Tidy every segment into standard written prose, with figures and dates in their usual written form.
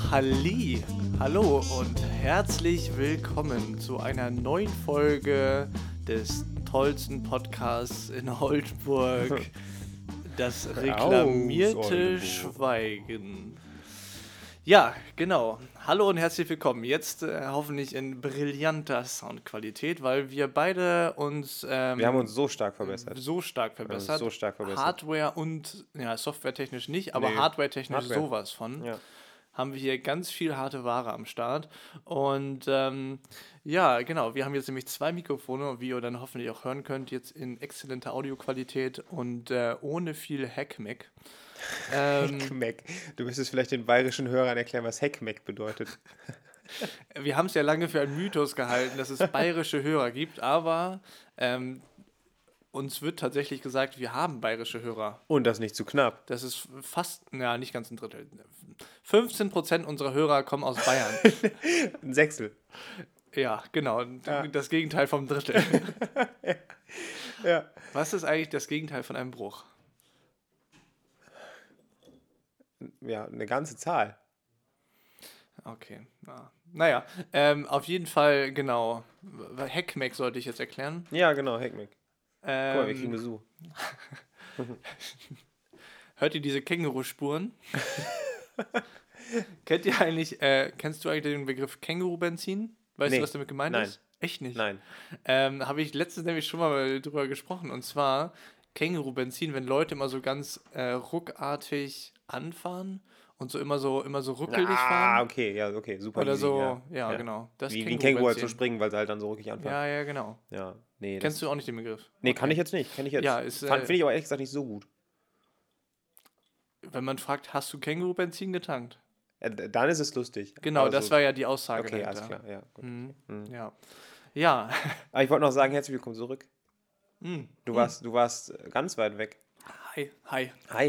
Hallo und herzlich willkommen zu einer neuen Folge des tollsten Podcasts in Oldenburg, das reklamierte Schweigen. Ja, genau. Hallo und herzlich willkommen. Jetzt hoffentlich in brillanter Soundqualität, weil wir beide uns... wir haben uns so stark verbessert. Hardware und, softwaretechnisch nicht, aber hardwaretechnisch sowas von. Ja. Haben wir hier ganz viel harte Ware am Start. Und ja, genau, wir haben jetzt nämlich 2 Mikrofone, wie ihr dann hoffentlich auch hören könnt, jetzt in exzellenter Audioqualität und ohne viel Hackmeck. Heckmeck. Du müsstest vielleicht den bayerischen Hörern erklären, was Heckmeck bedeutet. Wir haben es ja lange für einen Mythos gehalten, dass es bayerische Hörer gibt, aber uns wird tatsächlich gesagt, wir haben bayerische Hörer. Und das nicht zu knapp. Das ist fast, nicht ganz ein Drittel. 15% unserer Hörer kommen aus Bayern. Ein Sechstel. Ja, genau. Ja. Das Gegenteil vom Drittel. Ja. Was ist eigentlich das Gegenteil von einem Bruch? Ja, eine ganze Zahl. Okay. Ja. Naja, auf jeden Fall, genau. Heckmeck sollte ich jetzt erklären. Ja, genau, Heckmeck. Guck mal, wir kriegen Besuch. Hört ihr diese Känguruspuren? Kennst du eigentlich den Begriff Kängurubenzin? Weißt du, was damit gemeint ist? Echt nicht? Nein. Habe ich letztens nämlich schon mal drüber gesprochen. Und zwar Kängurubenzin, wenn Leute immer so ganz ruckartig anfahren und so immer so ruckelig fahren. Okay, super. Oder easy, so, ja, genau. Das wie ein Känguru halt so springen, weil sie halt dann so ruckig anfahren. Ja, genau. Ja, nee. Kennst du auch nicht den Begriff? Nee, okay. Kann ich jetzt nicht. Ja, finde ich aber ehrlich gesagt nicht so gut. Wenn man fragt, hast du Kängurubenzin getankt? Dann ist es lustig. Genau, das war ja die Aussage. Okay, alles klar, ja. Gut. Ja. Aber ich wollte noch sagen, herzlich willkommen zurück. Du warst ganz weit weg. Hi.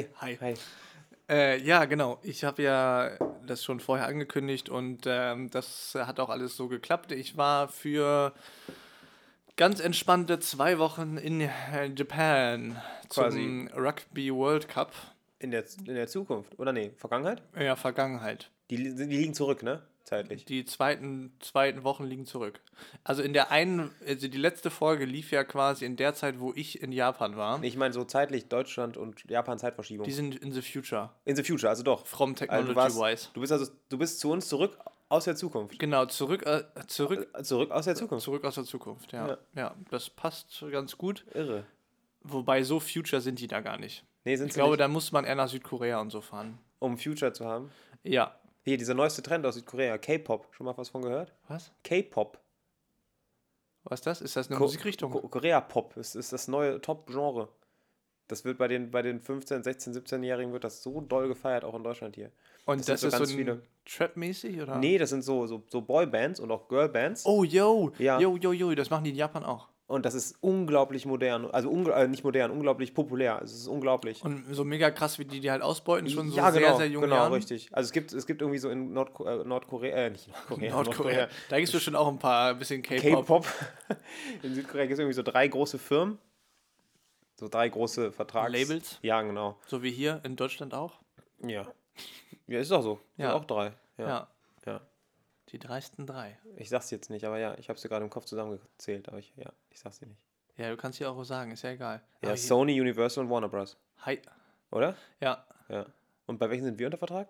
Ja, genau. Ich habe ja das schon vorher angekündigt und das hat auch alles so geklappt. Ich war für ganz entspannte 2 Wochen in Japan zum Rugby World Cup. In der Zukunft, oder nee? Vergangenheit? Ja, Vergangenheit. Die liegen zurück, ne? Zeitlich. Die zweiten Wochen liegen zurück. Also die letzte Folge lief ja quasi in der Zeit, wo ich in Japan war. Ich meine so zeitlich Deutschland und Japan Zeitverschiebung. Die sind in the future. In the future, also doch. From technology-wise. Du bist zu uns zurück aus der Zukunft. Genau, zurück aus der Zukunft. Zurück aus der Zukunft, ja. Ja, das passt ganz gut. Irre. Wobei so future sind die da gar nicht. Nee, ich glaube, da muss man eher nach Südkorea und so fahren. Um Future zu haben? Ja. Hier, dieser neueste Trend aus Südkorea, K-Pop. Schon mal was von gehört? Was? K-Pop. Was ist das? Ist das eine Musikrichtung? Korea-Pop ist das neue Top-Genre. Das wird bei den 15-, 16-, 17-Jährigen wird das so doll gefeiert, auch in Deutschland hier. Und das ist so ein Trap-mäßig, oder? Nee, das sind so Boy-Bands und auch Girl-Bands. Oh, yo, das machen die in Japan auch. Und das ist unglaublich modern, also nicht modern, unglaublich populär. Es ist unglaublich. Und so mega krass, wie die halt ausbeuten, schon so sehr, sehr jungen Jahren. Genau, richtig. Also es gibt irgendwie so in Nordkorea. Da gibt es schon auch ein bisschen K-Pop. In Südkorea gibt es irgendwie so 3 große Firmen. So 3 große Labels? Ja, genau. So wie hier in Deutschland auch? Ja. Ja, ist doch so. Ja. Sind auch 3. Ja. Die dreisten 3. Ich sag's jetzt nicht, aber ja, ich habe sie gerade im Kopf zusammengezählt, aber ich sag's dir nicht. Ja, du kannst sie auch sagen, ist ja egal. Ja, aber Sony, Universal und Warner Bros. Hi. Oder? Ja. Und bei welchen sind wir unter Vertrag?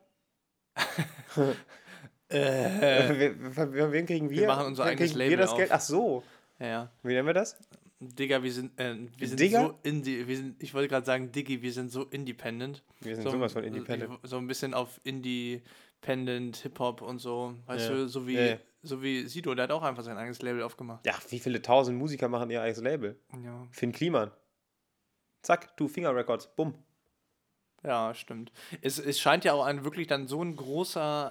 Wen kriegen wir? Wir machen unser eigenes Label wir das Geld? Ach so. Ja. Wie nennen wir das? Digga, wir sind Digga? so ich wollte gerade sagen, Diggi, wir sind so independent. Wir sind sowas von independent. So ein bisschen auf Independent, Hip-Hop und so. Weißt du, so wie Sido, der hat auch einfach sein eigenes Label aufgemacht. Ja, wie viele 1000 Musiker machen ihr eigenes Label? Ja. Finn Kliman. Zack, Finger Records, bumm. Ja, stimmt. Es scheint ja auch wirklich dann so ein großer,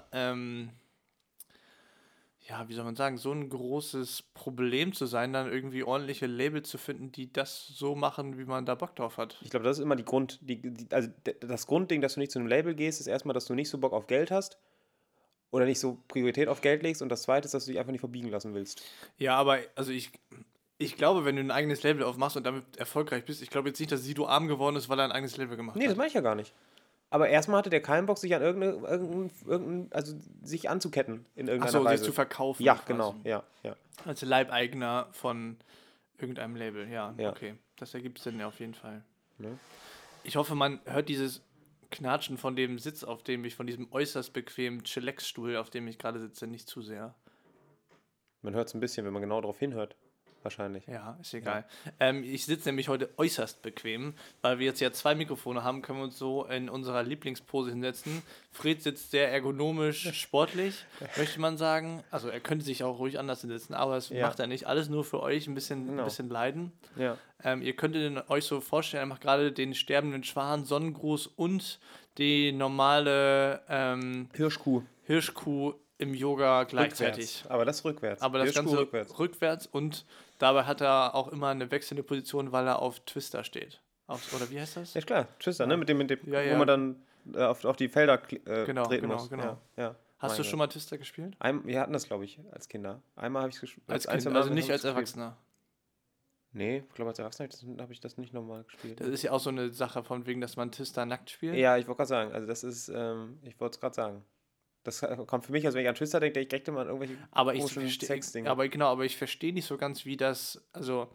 wie soll man sagen, so ein großes Problem zu sein, dann irgendwie ordentliche Labels zu finden, die das so machen, wie man da Bock drauf hat. Ich glaube, das ist immer das Grundding, dass du nicht zu einem Label gehst, ist erstmal, dass du nicht so Bock auf Geld hast oder nicht so Priorität auf Geld legst, und das Zweite ist, dass du dich einfach nicht verbiegen lassen willst. Ja, aber also ich glaube, wenn du ein eigenes Label aufmachst und damit erfolgreich bist, ich glaube jetzt nicht, dass Sido arm geworden ist, weil er ein eigenes Label gemacht hat. Nee, das meine ich ja gar nicht. Aber erstmal hatte der keinen Bock, sich an also sich anzuketten in irgendeiner Weise. Sich zu verkaufen. Ja, quasi. genau, ja. Als Leibeigner von irgendeinem Label, Ja. Okay. Das ergibt Sinn, ja, auf jeden Fall. Ne? Ich hoffe, man hört dieses Knatschen von dem Sitz, von diesem äußerst bequemen Chillax-Stuhl, auf dem ich gerade sitze, nicht zu sehr. Man hört es ein bisschen, wenn man genau darauf hinhört. Wahrscheinlich. Ja, ist egal. Ich sitze nämlich heute äußerst bequem, weil wir jetzt ja 2 Mikrofone haben, können wir uns so in unserer Lieblingspose hinsetzen. Fred sitzt sehr ergonomisch, sportlich, möchte man sagen. Also er könnte sich auch ruhig anders hinsetzen, aber das macht er nicht. Alles nur für euch ein bisschen leiden. Ja. Ihr könntet euch so vorstellen, einfach gerade den sterbenden Schwan, Sonnengruß und die normale Hirschkuh im Yoga gleichzeitig. Rückwärts. Aber das rückwärts. Aber das Ganze rückwärts und dabei hat er auch immer eine wechselnde Position, weil er auf Twister steht. Oder wie heißt das? Ja klar, Twister, ne? Mit dem Ja. wo man dann auf die Felder treten muss. Genau. Ja. Hast du schon mal Twister gespielt? Wir hatten das, glaube ich, als Kinder. Einmal habe ich es gespielt. Als Kind, also nicht als Erwachsener. Nee, ich glaube, als Erwachsener habe ich das nicht nochmal gespielt. Das ist ja auch so eine Sache von wegen, dass man Twister nackt spielt. Ja, ich wollte gerade sagen, also das ist, ich wollte es gerade sagen. Das kommt für mich, also wenn ich an Twister denke, ich direkt immer an irgendwelche Sexdinge. Aber ich verstehe nicht so ganz, wie das, also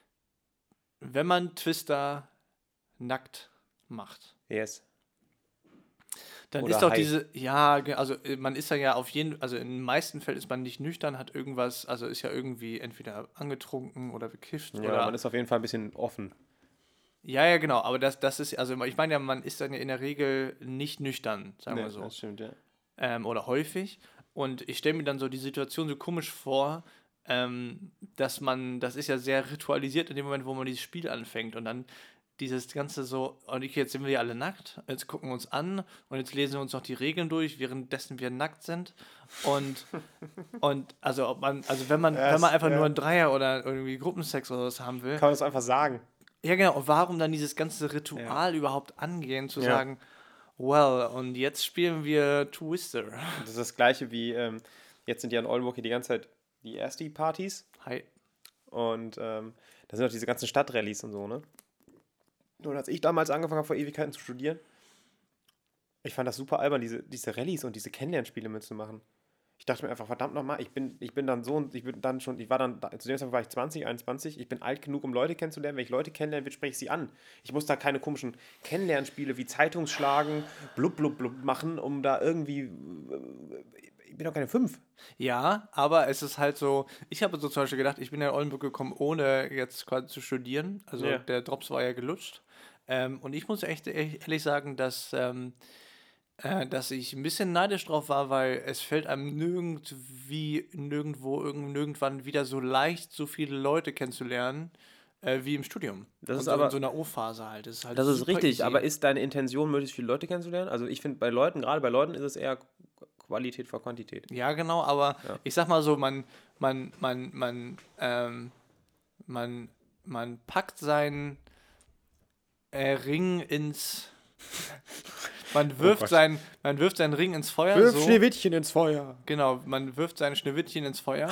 wenn man Twister nackt macht. Yes. Dann oder ist doch also man ist dann ja also in den meisten Fällen ist man nicht nüchtern, hat irgendwas, also ist ja irgendwie entweder angetrunken oder bekifft. Ja, oder man ist auf jeden Fall ein bisschen offen. Ja, genau, aber das ist, also ich meine ja, man ist dann ja in der Regel nicht nüchtern, sagen wir so. Das stimmt, ja. Oder häufig. Und ich stelle mir dann so die Situation so komisch vor, dass das ist ja sehr ritualisiert in dem Moment, wo man dieses Spiel anfängt und dann dieses Ganze so, und jetzt sind wir ja alle nackt, jetzt gucken wir uns an und jetzt lesen wir uns noch die Regeln durch, währenddessen wir nackt sind und wenn man einfach nur einen Dreier oder irgendwie Gruppensex oder was haben will. Kann man das einfach sagen. Ja, genau, und warum dann dieses ganze Ritual überhaupt angehen, zu sagen, well, und jetzt spielen wir Twister. Das ist das Gleiche wie, jetzt sind ja in Oldenburg hier die ganze Zeit die Ersti-Partys. Hi. Und da sind auch diese ganzen Stadtrallyes und so, ne? Und als ich damals angefangen habe, vor Ewigkeiten zu studieren, ich fand das super albern, diese Rallyes und diese Kennenlernspiele mitzumachen. Ich dachte mir einfach, verdammt nochmal, ich war dann, zu dem Zeitpunkt war ich 20, 21, ich bin alt genug, um Leute kennenzulernen. Wenn ich Leute kennenlernen will, spreche ich sie an. Ich muss da keine komischen Kennenlernspiele wie Zeitungsschlagen, blub, blub, blub machen, um da irgendwie, ich bin doch keine 5. Ja, aber es ist halt so, ich habe so zum Beispiel gedacht, ich bin ja in Oldenburg gekommen, ohne jetzt quasi zu studieren. Also der Drops war ja gelutscht. Und ich muss echt ehrlich sagen, dass ich ein bisschen neidisch drauf war, weil es fällt einem irgendwann wieder so leicht, so viele Leute kennenzulernen, wie im Studium. Das ist so aber in so einer O-Phase halt. Das ist richtig, aber ist deine Intention, möglichst viele Leute kennenzulernen? Also ich finde, gerade bei Leuten ist es eher Qualität vor Quantität. Ja, genau, aber ich sag mal so, man packt seinen Ring ins... Man wirft seinen Ring ins Feuer. Wirf Schneewittchen ins Feuer. Genau, man wirft sein Schneewittchen ins Feuer.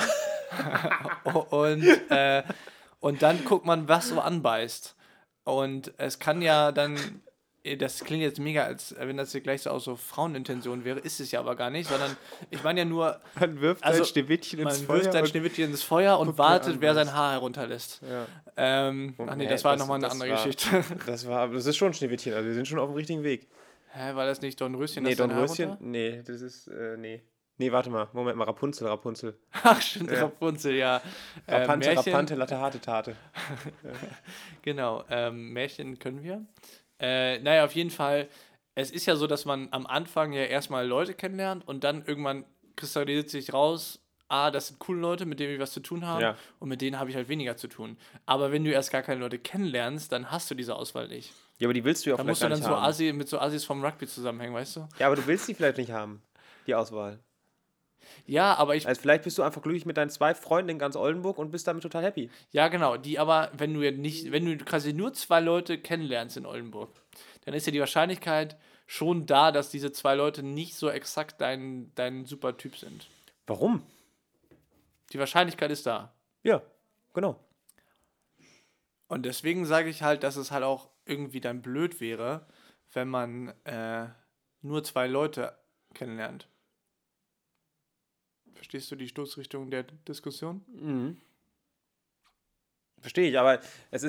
Und dann guckt man, was so anbeißt. Und es kann ja dann, das klingt jetzt mega, als wenn das hier gleich so aus so Frauenintention wäre, ist es ja aber gar nicht, sondern ich meine ja nur... Man wirft sein Schneewittchen ins Feuer und wartet, wer sein Haar herunterlässt. Ja. Das war nochmal eine andere Geschichte. Das ist schon Schneewittchen, also wir sind schon auf dem richtigen Weg. Hä, war das nicht Dornröschen? Nee, Dornröschen? Nee, das ist, nee. Nee, warte mal, Moment mal, Rapunzel. Ach, stimmt, ja. Rapunzel, ja. Rapante, Latte, harte Tate. Genau, Märchen können wir. Naja, auf jeden Fall, es ist ja so, dass man am Anfang ja erstmal Leute kennenlernt und dann irgendwann kristallisiert sich raus, das sind coole Leute, mit denen wir was zu tun haben und mit denen habe ich halt weniger zu tun. Aber wenn du erst gar keine Leute kennenlernst, dann hast du diese Auswahl nicht. Ja, aber die willst du ja auch vielleicht nicht haben. Da musst du dann mit so Assis vom Rugby zusammenhängen, weißt du? Ja, aber du willst die vielleicht nicht haben, die Auswahl. Ja, aber also vielleicht bist du einfach glücklich mit deinen 2 Freunden in ganz Oldenburg und bist damit total happy. Ja, genau. Wenn du quasi nur 2 Leute kennenlernst in Oldenburg, dann ist ja die Wahrscheinlichkeit schon da, dass diese 2 Leute nicht so exakt dein super Typ sind. Warum? Die Wahrscheinlichkeit ist da. Ja, genau. Und deswegen sage ich halt, dass es halt auch irgendwie dann blöd wäre, wenn man nur 2 Leute kennenlernt. Verstehst du die Stoßrichtung der Diskussion? Mhm. Verstehe ich, aber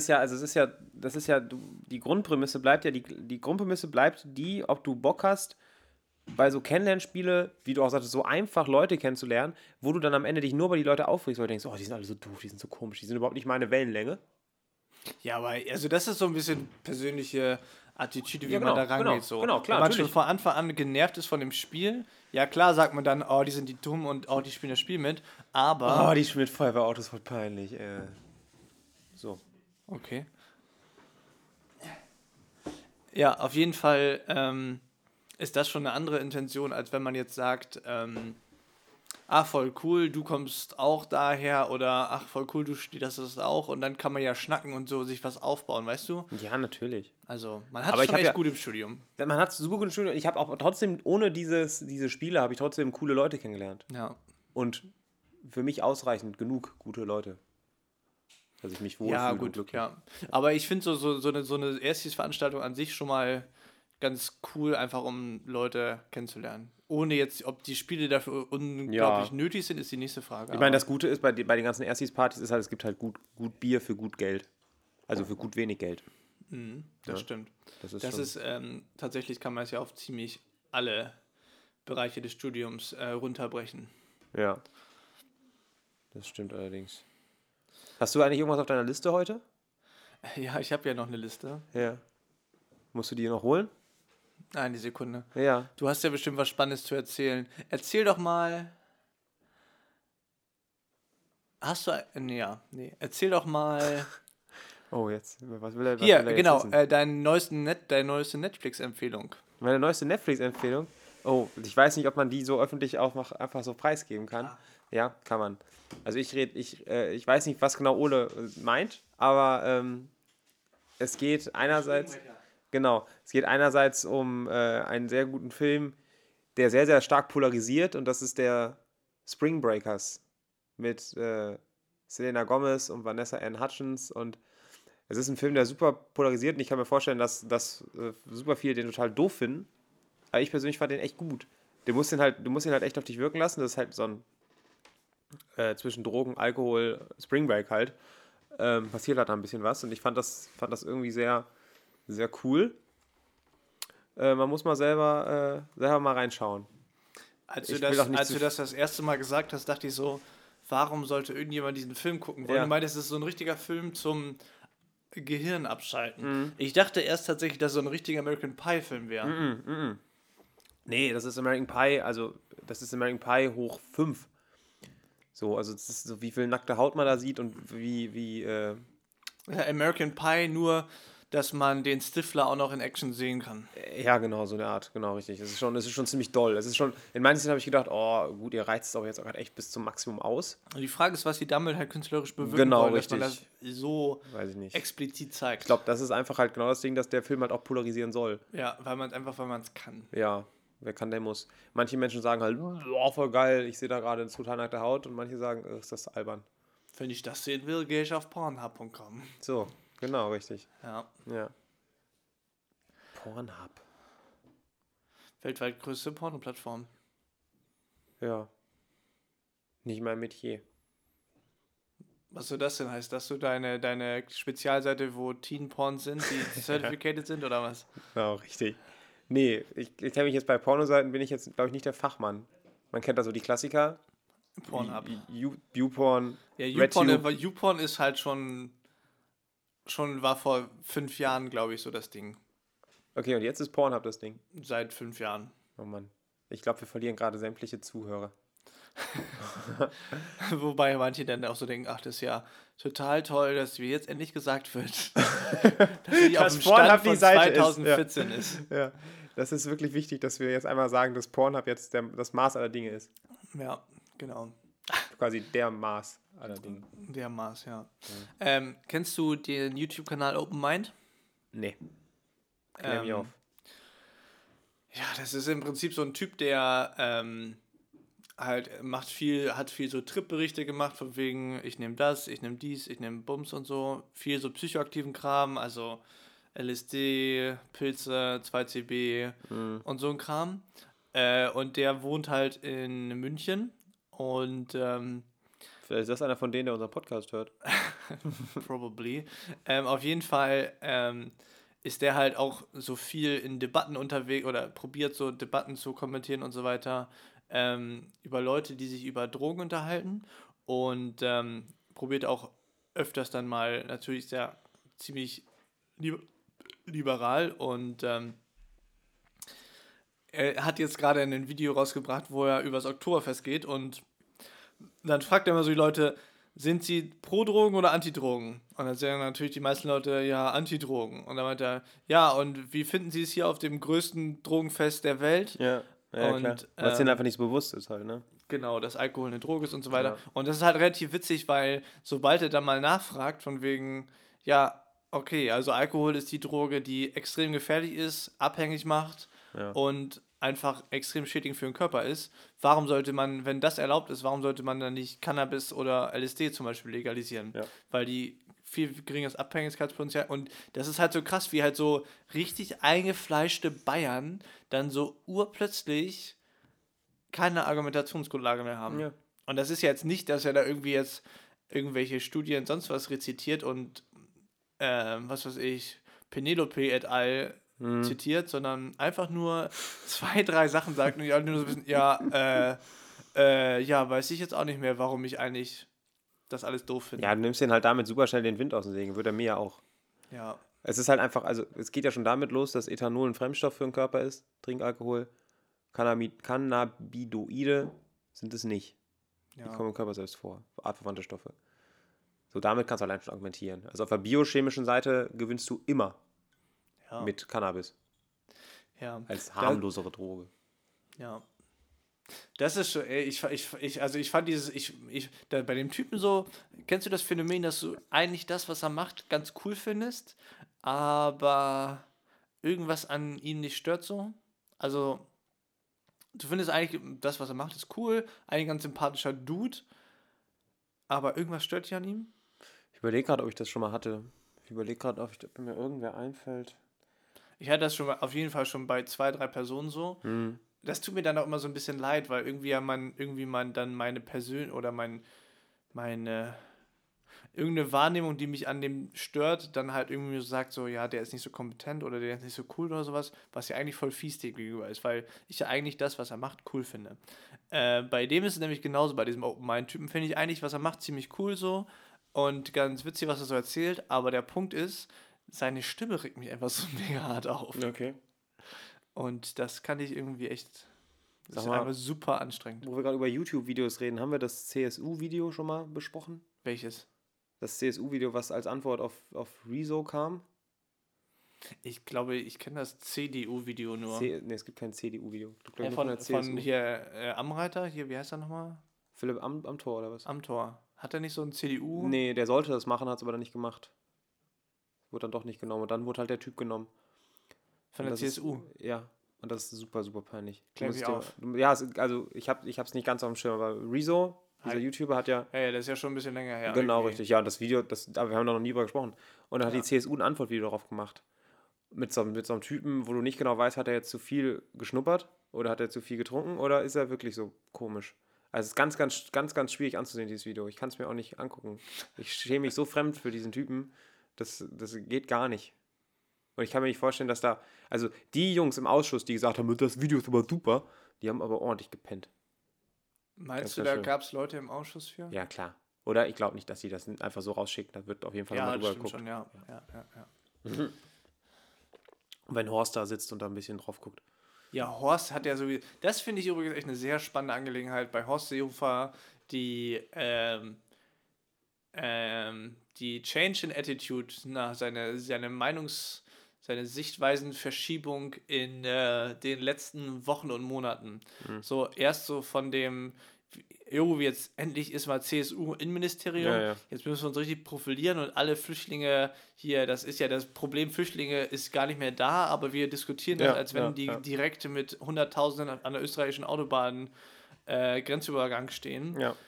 die Grundprämisse bleibt ja, die Grundprämisse bleibt die, ob du Bock hast, bei so Kennenlernspiele, wie du auch sagtest, so einfach Leute kennenzulernen, wo du dann am Ende dich nur über die Leute aufregst, weil du denkst, oh, die sind alle so doof, die sind so komisch, die sind überhaupt nicht meine Wellenlänge. Ja, aber also das ist so ein bisschen persönliche Attitüde, wie Ja, man da genau, rangeht. So. genau, klar, Wenn man natürlich. schon von Anfang an genervt ist von dem Spiel, ja klar sagt man dann, oh, die sind die dumm und oh, die spielen das Spiel mit, aber... Oh, die mit Feuerwehrautos, voll peinlich. So. Okay. Ja, auf jeden Fall ist das schon eine andere Intention, als wenn man jetzt sagt, voll cool, du kommst auch daher oder ach, voll cool, du studierst das auch und dann kann man ja schnacken und so sich was aufbauen, weißt du? Ja, natürlich. Also, man hat Aber schon ich hab echt ja- gut im Studium. Man hat super gute Studium. Ich habe auch trotzdem, ohne diese Spiele, habe ich trotzdem coole Leute kennengelernt. Ja. Und für mich ausreichend genug gute Leute. Dass ich mich wohlfühle Ja, und gut, glücklich. ja. Aber ich finde so eine Erstis-Veranstaltung an sich schon mal ganz cool, einfach um Leute kennenzulernen. Ohne jetzt, ob die Spiele dafür unglaublich nötig sind, ist die nächste Frage. Ich meine, das Gute ist, bei den ganzen Erstis-Partys ist halt, es gibt halt gut Bier für gut Geld. Also für gut wenig Geld. Das Ja. stimmt. Das ist Das schon. ist, tatsächlich kann man es ja auf ziemlich alle Bereiche des Studiums runterbrechen. Ja. Das stimmt allerdings. Hast du eigentlich irgendwas auf deiner Liste heute? Ja, ich habe ja noch eine Liste. Ja. Musst du die noch holen? Eine Sekunde. Ja. Du hast ja bestimmt was Spannendes zu erzählen. Erzähl doch mal. Hast du. Nee. Erzähl doch mal. Oh, jetzt. Was will er, Hier, will er jetzt genau. wissen? Deine neueste Netflix-Empfehlung. Meine neueste Netflix-Empfehlung. Oh, ich weiß nicht, ob man die so öffentlich auch noch einfach so preisgeben kann. Ja, kann man. Also ich weiß nicht, was genau Ole meint, aber es geht einerseits um einen sehr guten Film, der sehr, sehr stark polarisiert, und das ist der Spring Breakers mit Selena Gomez und Vanessa Ann Hutchins, und es ist ein Film, der super polarisiert, und ich kann mir vorstellen, dass super viele den total doof finden, aber ich persönlich fand den echt gut. Du musst ihn halt echt auf dich wirken lassen, das ist halt so ein zwischen Drogen, Alkohol, Spring Break halt, passiert halt da ein bisschen was, und ich fand das irgendwie sehr, sehr cool. Man muss mal selber mal reinschauen. Als du Ich will auch nicht das erste Mal gesagt hast, dachte ich so, warum sollte irgendjemand diesen Film gucken wollen? Ja. Du meintest, es ist so ein richtiger Film zum Gehirn abschalten. Ich dachte erst tatsächlich, dass es so ein richtiger American Pie-Film wäre. Nee, das ist American Pie hoch 5. So, also das ist so, wie viel nackte Haut man da sieht und wie Ja, American Pie, nur, dass man den Stifler auch noch in Action sehen kann. ja, genau, so eine Art, genau, richtig. Es ist schon ziemlich doll. Es ist schon, in manchen Szenen habe ich gedacht, oh, gut, ihr reizt es aber jetzt auch gerade echt bis zum Maximum aus. Und die Frage ist, was die damit halt künstlerisch bewirken Genau, wollen, dass man das richtig. so Weiß ich nicht. explizit zeigt. Ich glaube, das ist einfach halt genau das Ding, dass der Film halt auch polarisieren soll. Ja, weil man es kann. Ja, wer kann, der muss. Manche Menschen sagen halt, oh, voll geil, ich sehe da gerade eine total nackte Haut, und manche sagen, ist das albern. Wenn ich das sehen will, gehe ich auf Pornhub.com. So, genau, richtig. Ja. Ja. Pornhub. Weltweit größte Pornoplattform. Ja. Nicht mein Metier. Was soll das denn heißt? Dass du deine Spezialseite, wo Teen-Porn sind, die certificated sind oder was? Ja, richtig. Nee, ich kenne mich jetzt bei Pornoseiten, bin ich jetzt, glaube ich, nicht der Fachmann. Man kennt da so die Klassiker. Pornhub. YouPorn. Ja, RedTube. YouPorn ist halt schon war vor 5 Jahren, glaube ich, so das Ding. Okay, und jetzt ist Pornhub das Ding. Seit 5 Jahren. Oh Mann. Ich glaube, wir verlieren gerade sämtliche Zuhörer. Wobei manche dann auch so denken, ach, das ist ja total toll, dass mir jetzt endlich gesagt wird, dass sie auf dem Stand von 2014 ist. Ja, das ist wirklich wichtig, dass wir jetzt einmal sagen, dass Pornhub jetzt das Maß aller Dinge ist. Ja, genau. Quasi der Maß aller Dinge. Der Maß, ja. Kennst du den YouTube-Kanal Open Mind? Nee. Klär mich auf. Ja, das ist im Prinzip so ein Typ, der halt hat viel so Trip-Berichte gemacht, von wegen, ich nehme das, ich nehme dies, ich nehme Bums und so. Viel so psychoaktiven Kram, also LSD, Pilze, 2CB und so ein Kram. Und der wohnt halt in München und Vielleicht ist das einer von denen, der unseren Podcast hört. probably. Auf jeden Fall ist der halt auch so viel in Debatten unterwegs oder probiert so Debatten zu kommentieren und so weiter über Leute, die sich über Drogen unterhalten und probiert auch öfters dann mal natürlich sehr ziemlich liberal und er hat jetzt gerade ein Video rausgebracht, wo er übers Oktoberfest geht und dann fragt er immer so die Leute, sind sie pro Drogen oder Anti-Drogen? Und dann sagen natürlich die meisten Leute, ja, Anti-Drogen. Und dann meint er, ja, und wie finden sie es hier auf dem größten Drogenfest der Welt? Ja, klar. Weil es denen einfach nicht so bewusst ist halt, ne? Genau, dass Alkohol eine Droge ist und so weiter. Ja. Und das ist halt relativ witzig, weil sobald er dann mal nachfragt, von wegen, ja, okay, also Alkohol ist die Droge, die extrem gefährlich ist, abhängig macht und einfach extrem schädigend für den Körper ist. Warum sollte man, wenn das erlaubt ist, warum sollte man dann nicht Cannabis oder LSD zum Beispiel legalisieren? Ja. Weil die viel geringeres Abhängigkeitspotenzial und das ist halt so krass, wie halt so richtig eingefleischte Bayern dann so urplötzlich keine Argumentationsgrundlage mehr haben. Ja. Und das ist ja jetzt nicht, dass er da irgendwie jetzt irgendwelche Studien sonst was rezitiert und was weiß ich, Penelope et al. Zitiert, sondern einfach nur 2, 3 Sachen sagt und die alle nur so ein bisschen, ja, weiß ich jetzt auch nicht mehr, warum ich eigentlich das alles doof finde. Ja, du nimmst den halt damit super schnell den Wind aus den Segeln, würde er mir ja auch. Ja. Es ist halt einfach, also es geht ja schon damit los, dass Ethanol ein Fremdstoff für den Körper ist, Trinkalkohol. Cannabidoide sind es nicht. Die kommen im Körper selbst vor, artverwandte Stoffe. So, damit kannst du allein schon argumentieren. Also auf der biochemischen Seite gewinnst du immer mit Cannabis. Ja. Als harmlosere Droge. Ja. Das ist schon, ich fand bei dem Typen so, kennst du das Phänomen, dass du eigentlich das, was er macht, ganz cool findest, aber irgendwas an ihm nicht stört so? Also, du findest eigentlich, das, was er macht, ist cool, eigentlich ein ganz sympathischer Dude, aber irgendwas stört dich an ihm? Ich überlege gerade, ob ich das schon mal hatte. Ich überlege gerade, ob mir irgendwer einfällt. Ich hatte das schon auf jeden Fall schon bei 2, 3 Personen so. Das tut mir dann auch immer so ein bisschen leid, weil man dann meine irgendeine Wahrnehmung, die mich an dem stört, dann halt irgendwie so sagt, so, ja, der ist nicht so kompetent oder der ist nicht so cool oder sowas, was ja eigentlich voll fies dem gegenüber ist, weil ich ja eigentlich das, was er macht, cool finde. Bei dem ist es nämlich genauso, bei diesem Open-Mind-Typen finde ich eigentlich, was er macht, ziemlich cool so und ganz witzig, was er so erzählt, aber der Punkt ist, seine Stimme regt mich einfach so mega hart auf. Okay. Und das kann ich irgendwie echt, das ist mal, einfach super anstrengend. Wo wir gerade über YouTube-Videos reden, haben wir das CSU-Video schon mal besprochen? Welches? Das CSU-Video, was als Antwort auf Rezo kam? Ich glaube, ich kenne das CDU-Video nur. Es gibt kein CDU-Video. Von hier Amreiter, hier, wie heißt er nochmal? Philipp Amthor oder was? Amthor. Hat er nicht so ein CDU? Nee, der sollte das machen, hat es aber dann nicht gemacht. Wurde dann doch nicht genommen. Und dann wurde halt der Typ genommen. Von der CSU? Ja. Und das ist super, super peinlich. Klär mich auf. Ja, also ich hab's nicht ganz auf dem Schirm, aber Rezo, dieser YouTuber, hat ja... Ja, das ist ja schon ein bisschen länger her. Genau, richtig. Ja, das Video, aber wir haben da noch nie drüber gesprochen. Und dann hat die CSU ein Antwortvideo darauf gemacht. Mit so einem Typen, wo du nicht genau weißt, hat er jetzt zu viel geschnuppert oder hat er zu viel getrunken oder ist er wirklich so komisch? Also es ist ganz, ganz, ganz, ganz schwierig anzusehen, dieses Video. Ich kann es mir auch nicht angucken. Ich schäme mich so fremd für diesen Typen. Das geht gar nicht. Und ich kann mir nicht vorstellen, dass da... Also die Jungs im Ausschuss, die gesagt haben, das Video ist aber super, die haben aber ordentlich gepennt. Meinst du, da gab es Leute im Ausschuss für? Ja, klar. Oder ich glaube nicht, dass die das einfach so rausschicken. Da wird auf jeden Fall nochmal drüber geguckt. Schon, ja. Und wenn Horst da sitzt und da ein bisschen drauf guckt. Ja, Horst hat ja sowieso... Das finde ich übrigens echt eine sehr spannende Angelegenheit bei Horst Seehofer, die Change in Attitude, seine Sichtweisenverschiebung in den letzten Wochen und Monaten. So erst so von dem, jetzt endlich ist mal CSU-Innenministerium, jetzt müssen wir uns richtig profilieren und alle Flüchtlinge hier, das ist ja das Problem, Flüchtlinge ist gar nicht mehr da, aber wir diskutieren das, als wenn die direkt mit Hunderttausenden an der österreichischen Autobahn Grenzübergang stehen. Ja.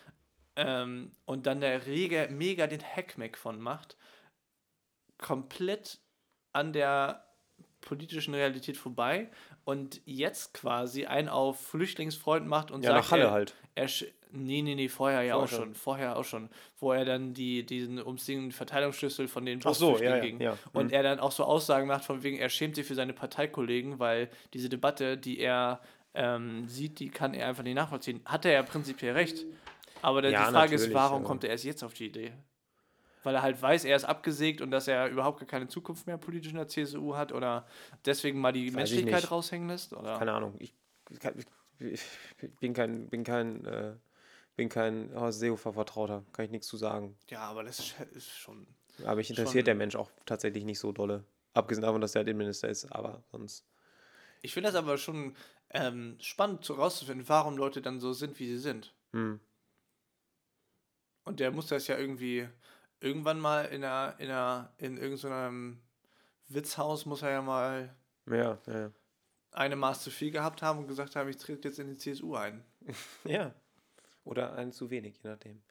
Und dann der mega den Hackmack von macht, komplett an der politischen Realität vorbei und jetzt quasi einen auf Flüchtlingsfreund macht und Ja, sagt, nach Halle halt. Nee, vorher auch schon, wo er dann diesen umstrittenen Verteilungsschlüssel von den Ach so, Bosflüchtlingen ja. und er dann auch so Aussagen macht, von wegen, er schämt sich für seine Parteikollegen, weil diese Debatte, die er sieht, die kann er einfach nicht nachvollziehen. Hat er ja prinzipiell recht. Aber die Frage ist, warum kommt er erst jetzt auf die Idee? Weil er halt weiß, er ist abgesägt und dass er überhaupt keine Zukunft mehr politisch in der CSU hat oder deswegen mal die Menschlichkeit raushängen lässt? Oder? Keine Ahnung. Ich bin kein Horst Seehofer-Vertrauter. Kann ich nichts zu sagen. Ja, aber das ist schon... Aber mich interessiert der Mensch auch tatsächlich nicht so dolle. Abgesehen davon, dass er der Innenminister ist, aber sonst... Ich finde das aber schon spannend rauszufinden, warum Leute dann so sind, wie sie sind. Und der muss das ja irgendwie... Irgendwann mal in irgendeinem Witzhaus muss er ja mal eine Maß zu viel gehabt haben und gesagt haben, ich trete jetzt in die CSU ein. Ja. Oder einen zu wenig, je nachdem.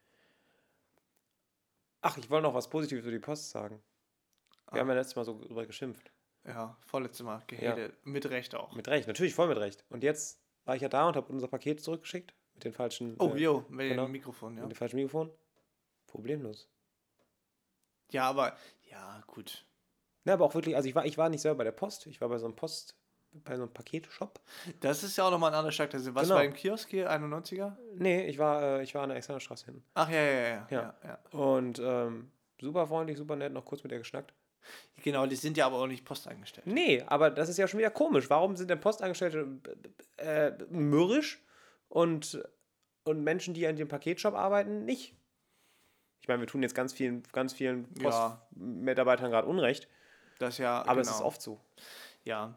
Ach, ich wollte noch was Positives über die Post sagen. Wir haben ja letztes Mal so drüber geschimpft. Ja, vorletztes Mal gehatet. Ja. Mit Recht auch. Mit Recht, natürlich voll mit Recht. Und jetzt war ich ja da und habe unser Paket zurückgeschickt mit den falschen... mit dem Mikrofon, ja. Mit dem falschen Mikrofon. Problemlos. Ja, aber, ja, gut. Ja, aber auch wirklich, also ich war nicht selber bei der Post, ich war bei so einem Paketshop. Das ist ja auch nochmal ein anderer Schlag. Was war im Kiosk hier, 91er? Nee, ich war an der Alexanderstraße hinten. Ach, ja. Und super freundlich, super nett, noch kurz mit ihr geschnackt. Genau, die sind ja aber auch nicht postangestellt. Nee, aber das ist ja schon wieder komisch. Warum sind denn Postangestellte mürrisch und Menschen, die an dem Paketshop arbeiten, nicht? Ich meine, wir tun jetzt ganz vielen Postmitarbeitern gerade Unrecht. Das ja, aber es ist oft so. Ja.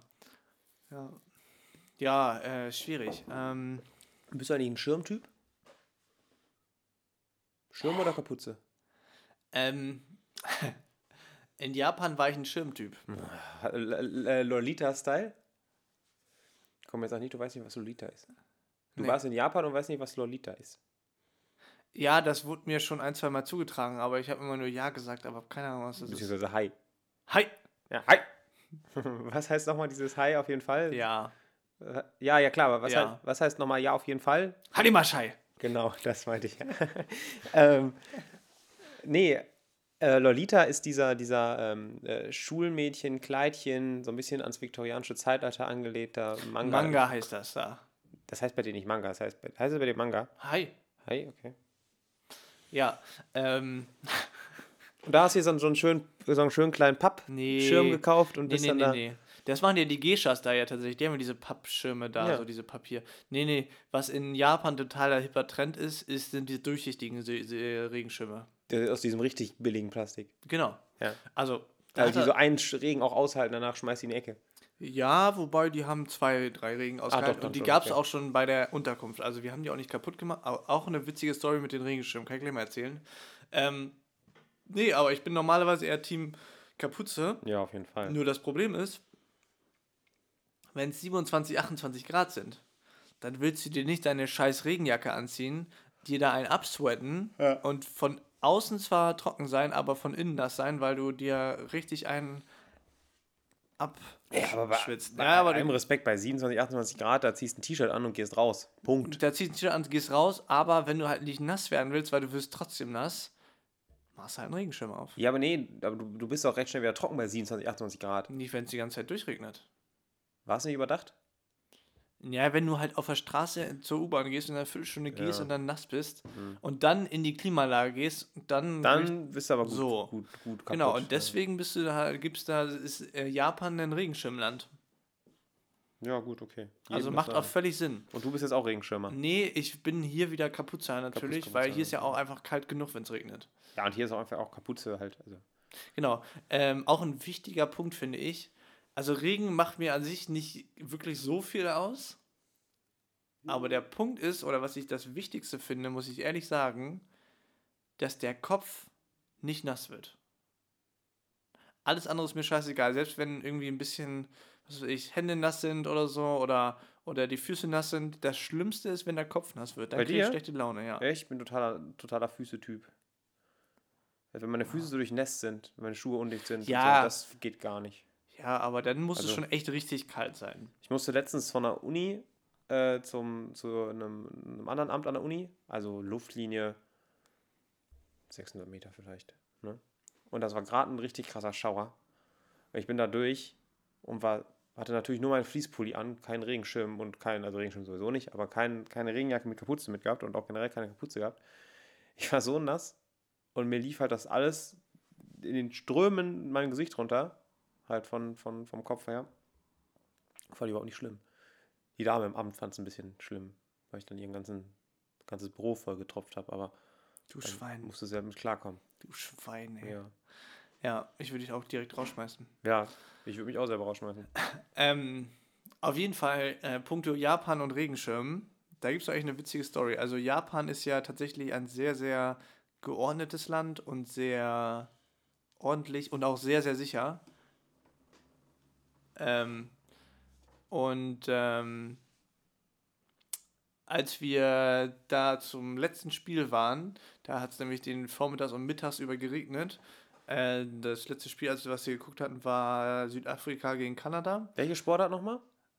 Ja, schwierig. Bist du eigentlich ein Schirmtyp? Schirm oder Kapuze? In Japan war ich ein Schirmtyp. Lolita-Style? Komm, jetzt auch nicht, du weißt nicht, was Lolita ist. Du warst in Japan und weißt nicht, was Lolita ist. Ja, das wurde mir schon 1-2 Mal zugetragen, aber ich habe immer nur Ja gesagt, aber keine Ahnung, was das ist. Beziehungsweise Hi. Hi! Ja, Hi! Was heißt nochmal dieses Hi auf jeden Fall? Ja. Ja, klar, aber was heißt nochmal Ja auf jeden Fall? Harimaschei! Genau, das meinte ich. Lolita ist dieser Schulmädchen-Kleidchen, so ein bisschen ans viktorianische Zeitalter angelegter Manga. Manga heißt das da. Das heißt bei dir nicht Manga, heißt es bei dir Manga? Hi, okay. Ja, Und da hast du so einen schönen kleinen Pappschirm gekauft und bist dann da... Nee. Das machen ja die Geishas da ja tatsächlich. Die haben ja diese Pappschirme da, so diese Papier. Nee. Was in Japan totaler hipper Trend sind diese durchsichtigen Regenschirme. Aus diesem richtig billigen Plastik. Genau. Ja. Also die so einen Regen auch aushalten, danach schmeißt die in die Ecke. Ja, wobei die haben 2-3 Regen ausgehalten und die gab es auch schon bei der Unterkunft. Also wir haben die auch nicht kaputt gemacht. Auch eine witzige Story mit den Regenschirmen, kann ich gleich mal erzählen. Nee, aber ich bin normalerweise eher Team Kapuze. Ja, auf jeden Fall. Nur das Problem ist, wenn es 27, 28 Grad sind, dann willst du dir nicht deine scheiß Regenjacke anziehen, dir da einen absweaten und von außen zwar trocken sein, aber von innen nass sein, weil du dir richtig einen abschwitzt. Bei allem Respekt, bei 27, 28 Grad, da ziehst du ein T-Shirt an und gehst raus. Punkt. Da ziehst du ein T-Shirt an und gehst raus, aber wenn du halt nicht nass werden willst, weil du wirst trotzdem nass, machst du halt einen Regenschirm auf. Ja, aber du bist auch recht schnell wieder trocken bei 27, 28 Grad. Nicht, wenn es die ganze Zeit durchregnet. War es nicht überdacht? Ja, wenn du halt auf der Straße zur U-Bahn gehst und eine Viertelstunde gehst und dann nass bist und dann in die Klimaanlage gehst, dann bist du aber gut kaputt. Genau, und deswegen ist Japan ein Regenschirmland. Ja, gut, okay. Also macht auch völlig Sinn. Und du bist jetzt auch Regenschirmer? Nee, ich bin hier wieder Kapuze natürlich, weil hier ist ja auch einfach kalt genug, wenn es regnet. Ja, und hier ist auch einfach auch Kapuze halt. Also. Genau. Auch ein wichtiger Punkt, finde ich. Also Regen macht mir an sich nicht wirklich so viel aus. Aber der Punkt ist, oder was ich das Wichtigste finde, muss ich ehrlich sagen, dass der Kopf nicht nass wird. Alles andere ist mir scheißegal. Selbst wenn irgendwie ein bisschen, was weiß ich, Hände nass sind oder so, oder die Füße nass sind. Das Schlimmste ist, wenn der Kopf nass wird. Dann kriege ich schlechte Laune, ja. Ich bin totaler Füße-Typ. Also wenn meine Füße so durchnässt sind, wenn meine Schuhe undicht sind, ja, so, das geht gar nicht. Ja, aber dann muss es Also- schon echt richtig kalt sein. Ich musste letztens von der Uni zu einem anderen Amt an der Uni, also Luftlinie 600 Meter vielleicht. Ne? Und das war gerade ein richtig krasser Schauer. Ich bin da durch und hatte natürlich nur meinen Fließpulli an, keinen Regenschirm also Regenschirm sowieso nicht, aber keine Regenjacke mit Kapuze mit gehabt und auch generell keine Kapuze gehabt. Ich war so nass und mir lief halt das alles in den Strömen in mein Gesicht runter, halt vom Kopf her. Fand ich überhaupt nicht schlimm. Die Dame im Amt fand es ein bisschen schlimm, weil ich dann ihr ganzes Büro voll getropft habe, aber Du dann Schwein. musste sie halt mit klarkommen. Du Schwein, ey. Ja, Ja, ich würde dich auch direkt rausschmeißen. ja, ich würde mich auch selber rausschmeißen. Auf jeden Fall, puncto Japan und Regenschirmen, da gibt es eigentlich eine witzige Story. Also Japan ist ja tatsächlich ein sehr, sehr geordnetes Land und sehr ordentlich und auch sehr, sehr sicher. Ähm, und als wir da zum letzten Spiel waren, da hat es nämlich den Vormittags und Mittags über geregnet. Das letzte Spiel, was wir geguckt hatten, war Südafrika gegen Kanada. Welche Sportart nochmal?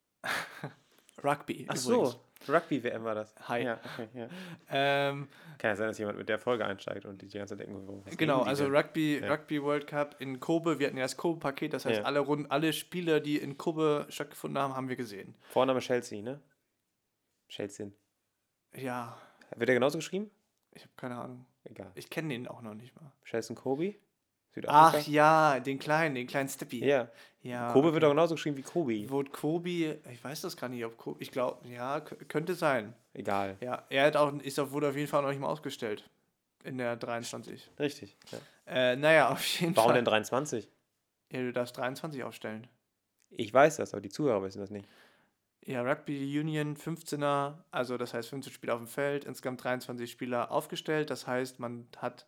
Rugby Ach übrigens. so, Rugby-WM war das. Hi. Ja, okay, ja. Ähm, Kann ja sein, dass jemand mit der Folge einsteigt und die ganze Zeit denken, was genau, reden die also denn? Ja. Rugby World Cup in Kobe. Wir hatten ja das Kobe-Paket, das heißt, Ja. alle Spiele, die in Kobe stattgefunden haben, haben wir gesehen. Vorname Chelsea, ne? Chelsea. Ja, Wird der genauso geschrieben? ich habe keine Ahnung. Egal. Ich kenne den auch noch nicht mal. Chelsea Kobe? Ach Südafrika? ja, den kleinen Steppy. Ja. Ja, Kobe okay. wird auch genauso geschrieben wie Kobe. Wurde Kobe, ich weiß das gar nicht, ob Kobe, ich glaube, ja, könnte sein. Egal. Ja, wurde auf jeden Fall noch nicht mal ausgestellt. In der 23. Richtig. Ja. Naja, auf jeden Warum Fall. denn 23? Ja, du darfst 23 aufstellen. Ich weiß das, aber die Zuhörer wissen das nicht. Ja, Rugby Union 15er, also das heißt 15 Spieler auf dem Feld, insgesamt 23 Spieler aufgestellt. Das heißt, man hat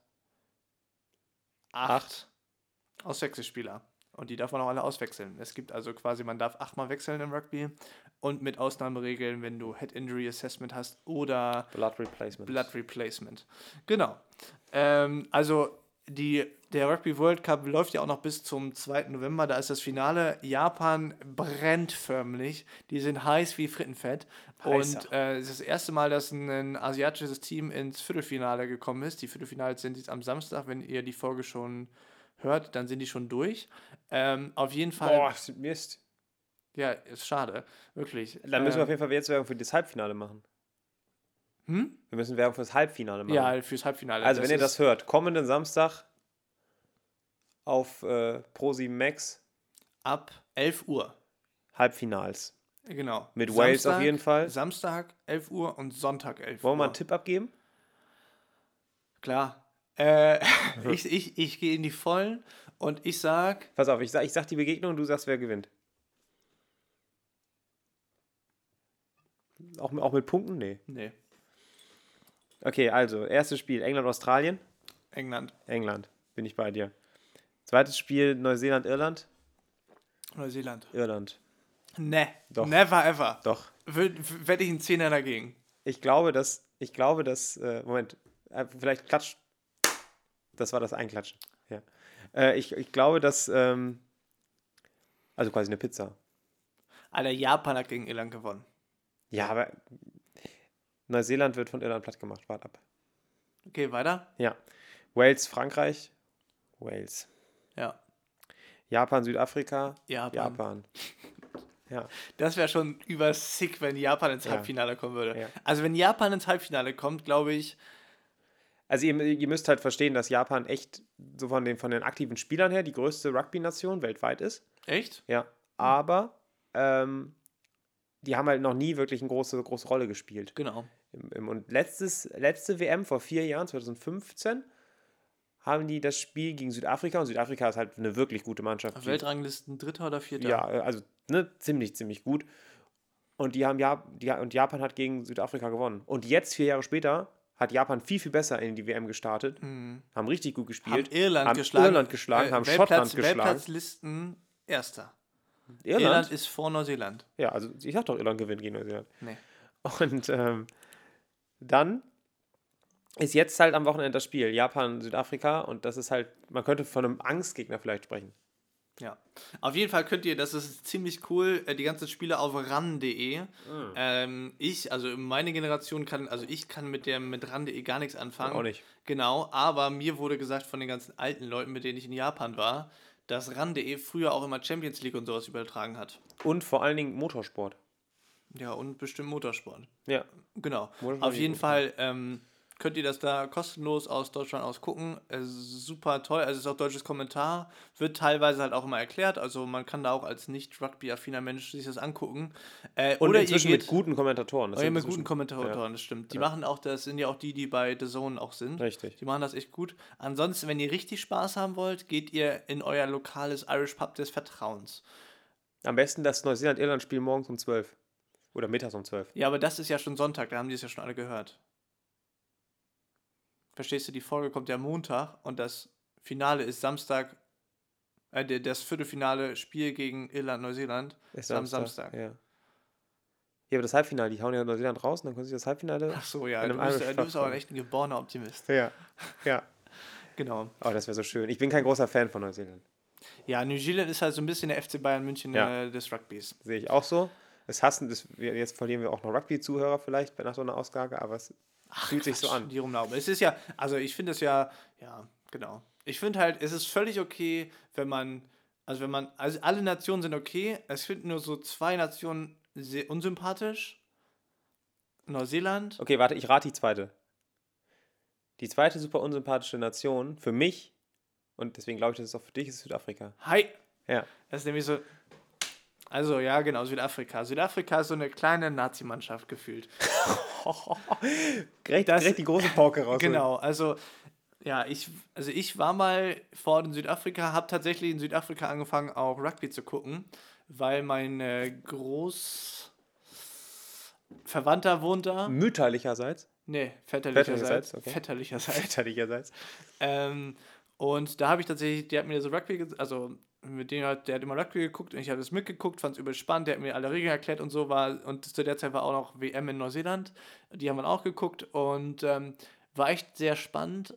8 Auswechselspieler. Und die darf man auch alle auswechseln. Es gibt also quasi, man darf 8-mal wechseln im Rugby. Und mit Ausnahmeregeln, wenn du Head Injury Assessment hast oder Blood Replacement. Blood Replacement. Genau. Also der Rugby World Cup läuft ja auch noch bis zum 2. November. Da ist das Finale. Japan brennt förmlich. Die sind heiß wie Frittenfett. Heißer. Und es ist das erste Mal, dass ein asiatisches Team ins Viertelfinale gekommen ist. Die Viertelfinale sind jetzt am Samstag. Wenn ihr die Folge schon hört, dann sind die schon durch. Auf jeden Fall. Boah, Mist. Ja, ist schade. Wirklich. Dann müssen wir auf jeden Fall jetzt Werbung für das Halbfinale machen. Wir müssen Werbung für das Halbfinale machen. Ja, fürs Halbfinale. Also, wenn ihr das hört, kommenden Samstag auf Pro7 Max ab 11 Uhr. Halbfinals. Genau. Mit Wales auf jeden Fall. Samstag 11 Uhr und Sonntag 11 Wollen wir Uhr. mal einen Tipp abgeben? Klar. Ich gehe in die Vollen und ich sag. Pass auf, ich sag die Begegnung und du sagst, wer gewinnt. Auch mit Punkten? Nee. Okay, also, erstes Spiel, England-Australien. England. Bin ich bei dir. Zweites Spiel, Neuseeland-Irland. Neuseeland. Irland. Ne. Doch. Never ever. Doch. Wette ich einen Zehner dagegen. Ich glaube, dass, Moment, vielleicht klatscht. Das war das Einklatschen. Ja. Ich glaube, dass, also quasi eine Pizza. Alter, Japan hat gegen Irland gewonnen. Ja, aber Neuseeland wird von Irland platt gemacht. Wart ab. Okay, weiter? Ja. Wales, Frankreich. Wales. Ja. Japan, Südafrika. Japan. Ja. Das wäre schon übersick, wenn Japan ins Ja. Halbfinale kommen würde. Ja. Also wenn Japan ins Halbfinale kommt, glaube ich. Also ihr müsst halt verstehen, dass Japan echt so von den aktiven Spielern her die größte Rugby-Nation weltweit ist. Echt? Ja. Aber die haben halt noch nie wirklich eine große Rolle gespielt. Genau. Und letzte WM vor 4 Jahren, 2015, haben die das Spiel gegen Südafrika. Und Südafrika ist halt eine wirklich gute Mannschaft. Auf Weltranglisten 3. oder 4. Ja, also ziemlich gut. Und Japan hat gegen Südafrika gewonnen. Und jetzt, 4 Jahre später, hat Japan viel, viel besser in die WM gestartet. Haben richtig gut gespielt. Haben Irland haben geschlagen. haben Schottland geschlagen. Weltplatzlisten Erster. Irland? Irland ist vor Neuseeland. Ja, also ich sag doch, Irland gewinnt gegen Neuseeland. Nee. Und dann ist jetzt halt am Wochenende das Spiel Japan, Südafrika und das ist halt, man könnte von einem Angstgegner vielleicht sprechen. Ja. Auf jeden Fall könnt ihr, das ist ziemlich cool, die ganzen Spiele auf ran.de. Also meine Generation ich kann mit ran.de gar nichts anfangen. Auch nicht. Genau, aber mir wurde gesagt von den ganzen alten Leuten, mit denen ich in Japan war, dass ran.de früher auch immer Champions League und sowas übertragen hat. Und vor allen Dingen Motorsport. Ja, und bestimmt Motorsport. Ja. Genau. Motorsport Auf jeden Fall könnt ihr das da kostenlos aus Deutschland aus gucken. Es ist super toll. Also es ist auch deutsches Kommentar. Wird teilweise halt auch immer erklärt. Also man kann da auch als nicht Rugby-affiner Mensch sich das angucken. Und oder inzwischen ihr geht, mit guten Kommentatoren. Oder mit guten Kommentatoren, das stimmt. Die machen auch, das sind ja auch die bei The Zone auch sind. Richtig. Die machen das echt gut. Ansonsten, wenn ihr richtig Spaß haben wollt, geht ihr in euer lokales Irish Pub des Vertrauens. Am besten das Neuseeland-Irland-Spiel morgens um 12. Oder mittags um 12. Ja, aber das ist ja schon Sonntag, da haben die es ja schon alle gehört. Verstehst du, die Folge kommt ja Montag und das Finale ist Samstag, das Viertelfinale Spiel gegen Irland-Neuseeland Ist am Samstag. Ja. Ja, aber das Halbfinale, die hauen ja Neuseeland raus und dann können sie das Halbfinale. Ach so, ja, in du einem bist aber echt ein geborener Optimist. Ja. Genau. Oh, das wäre so schön. Ich bin kein großer Fan von Neuseeland. Ja, New Zealand ist halt so ein bisschen der FC Bayern München des Rugbys. Sehe ich auch so. Jetzt verlieren wir auch noch Rugby-Zuhörer vielleicht nach so einer Ausgabe, aber es fühlt sich so an. Die rumlaufen. Es ist ja, also ich finde es ja, genau. Ich finde halt, es ist völlig okay, also alle Nationen sind okay, es finden nur so 2 Nationen sehr unsympathisch. Neuseeland. Okay, warte, ich rate die zweite. Die zweite super unsympathische Nation für mich, und deswegen glaube ich, dass es auch für dich ist, Südafrika. Hi! Ja. Das ist nämlich so. Also, ja, genau, Südafrika. Südafrika ist so eine kleine Nazi-Mannschaft gefühlt. Direkt die große Pauke raus. Genau, also, ja, ich war mal vor in Südafrika, habe tatsächlich in Südafrika angefangen, auch Rugby zu gucken, weil mein Großverwandter wohnt da. Mütterlicherseits? Nee, väterlicherseits. Okay. Väterlicherseits. Und da habe ich tatsächlich, der hat mir so Rugby, also mit dem der hat immer Rugby geguckt und ich habe das mitgeguckt, fand es übel spannend, der hat mir alle Regeln erklärt und so und zu der Zeit war auch noch WM in Neuseeland, die haben wir auch geguckt und war echt sehr spannend,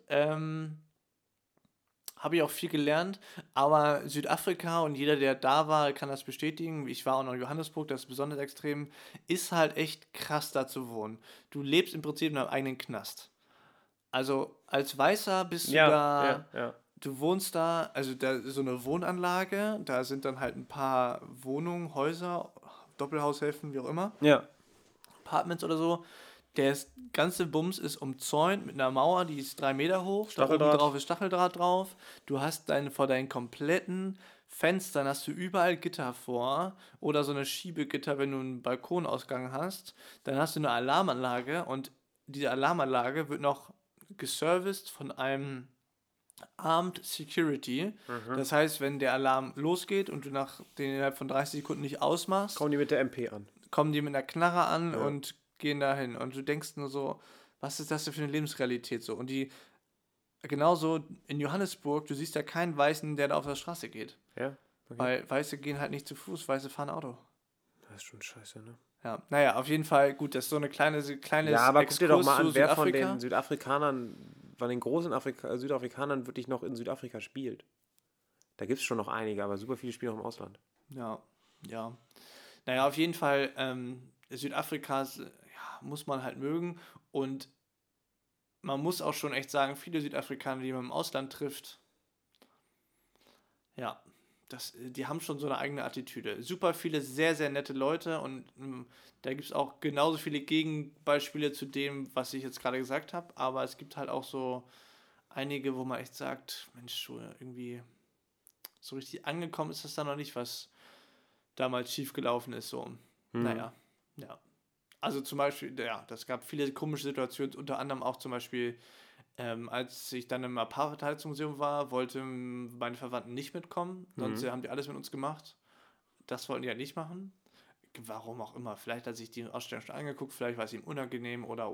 habe ich auch viel gelernt, aber Südafrika und jeder, der da war, kann das bestätigen, ich war auch noch in Johannesburg, das ist besonders extrem, ist halt echt krass da zu wohnen. Du lebst im Prinzip in einem eigenen Knast. Also als Weißer bist du da, du wohnst da, also da ist so eine Wohnanlage, da sind dann halt ein paar Wohnungen, Häuser, Doppelhaushälften, wie auch immer, Apartments oder so. Der ganze Bums ist umzäunt mit einer Mauer, die ist 3 Meter hoch, da oben drauf ist Stacheldraht drauf. Du hast vor deinen kompletten Fenstern hast du überall Gitter vor oder so eine Schiebegitter, wenn du einen Balkonausgang hast. Dann hast du eine Alarmanlage und diese Alarmanlage wird noch geserviced von einem Armed Security. Das heißt, wenn der Alarm losgeht und du den innerhalb von 30 Sekunden nicht ausmachst, kommen die mit der MP an. Kommen die mit einer Knarre an und gehen dahin. Und du denkst nur so, was ist das denn für eine Lebensrealität so? Und genauso in Johannesburg, du siehst ja keinen Weißen, der da auf der Straße geht. Ja. Okay. Weil Weiße gehen halt nicht zu Fuß, Weiße fahren Auto. Das ist schon scheiße, ne? Ja, naja, auf jeden Fall, gut, das ist so eine kleines Ja, aber guck dir doch mal an, wer von den Südafrikanern, von den großen Südafrikanern wirklich noch in Südafrika spielt. Da gibt es schon noch einige, aber super viele spielen auch im Ausland. Ja. Naja, auf jeden Fall, Südafrika muss man halt mögen und man muss auch schon echt sagen, viele Südafrikaner, die man im Ausland trifft, ja, die haben schon so eine eigene Attitüde. Super viele sehr, sehr nette Leute und da gibt es auch genauso viele Gegenbeispiele zu dem, was ich jetzt gerade gesagt habe, aber es gibt halt auch so einige, wo man echt sagt, Mensch, irgendwie so richtig angekommen ist das da noch nicht, was damals schiefgelaufen ist, so. Naja, ja. Also zum Beispiel, ja, das gab viele komische Situationen, unter anderem auch zum Beispiel, als ich dann im Apartheidsmuseum war, wollten meine Verwandten nicht mitkommen, sonst haben die alles mit uns gemacht. Das wollten die ja nicht machen. Warum auch immer. Vielleicht hat sich die Ausstellung schon angeguckt, vielleicht war es ihm unangenehm oder.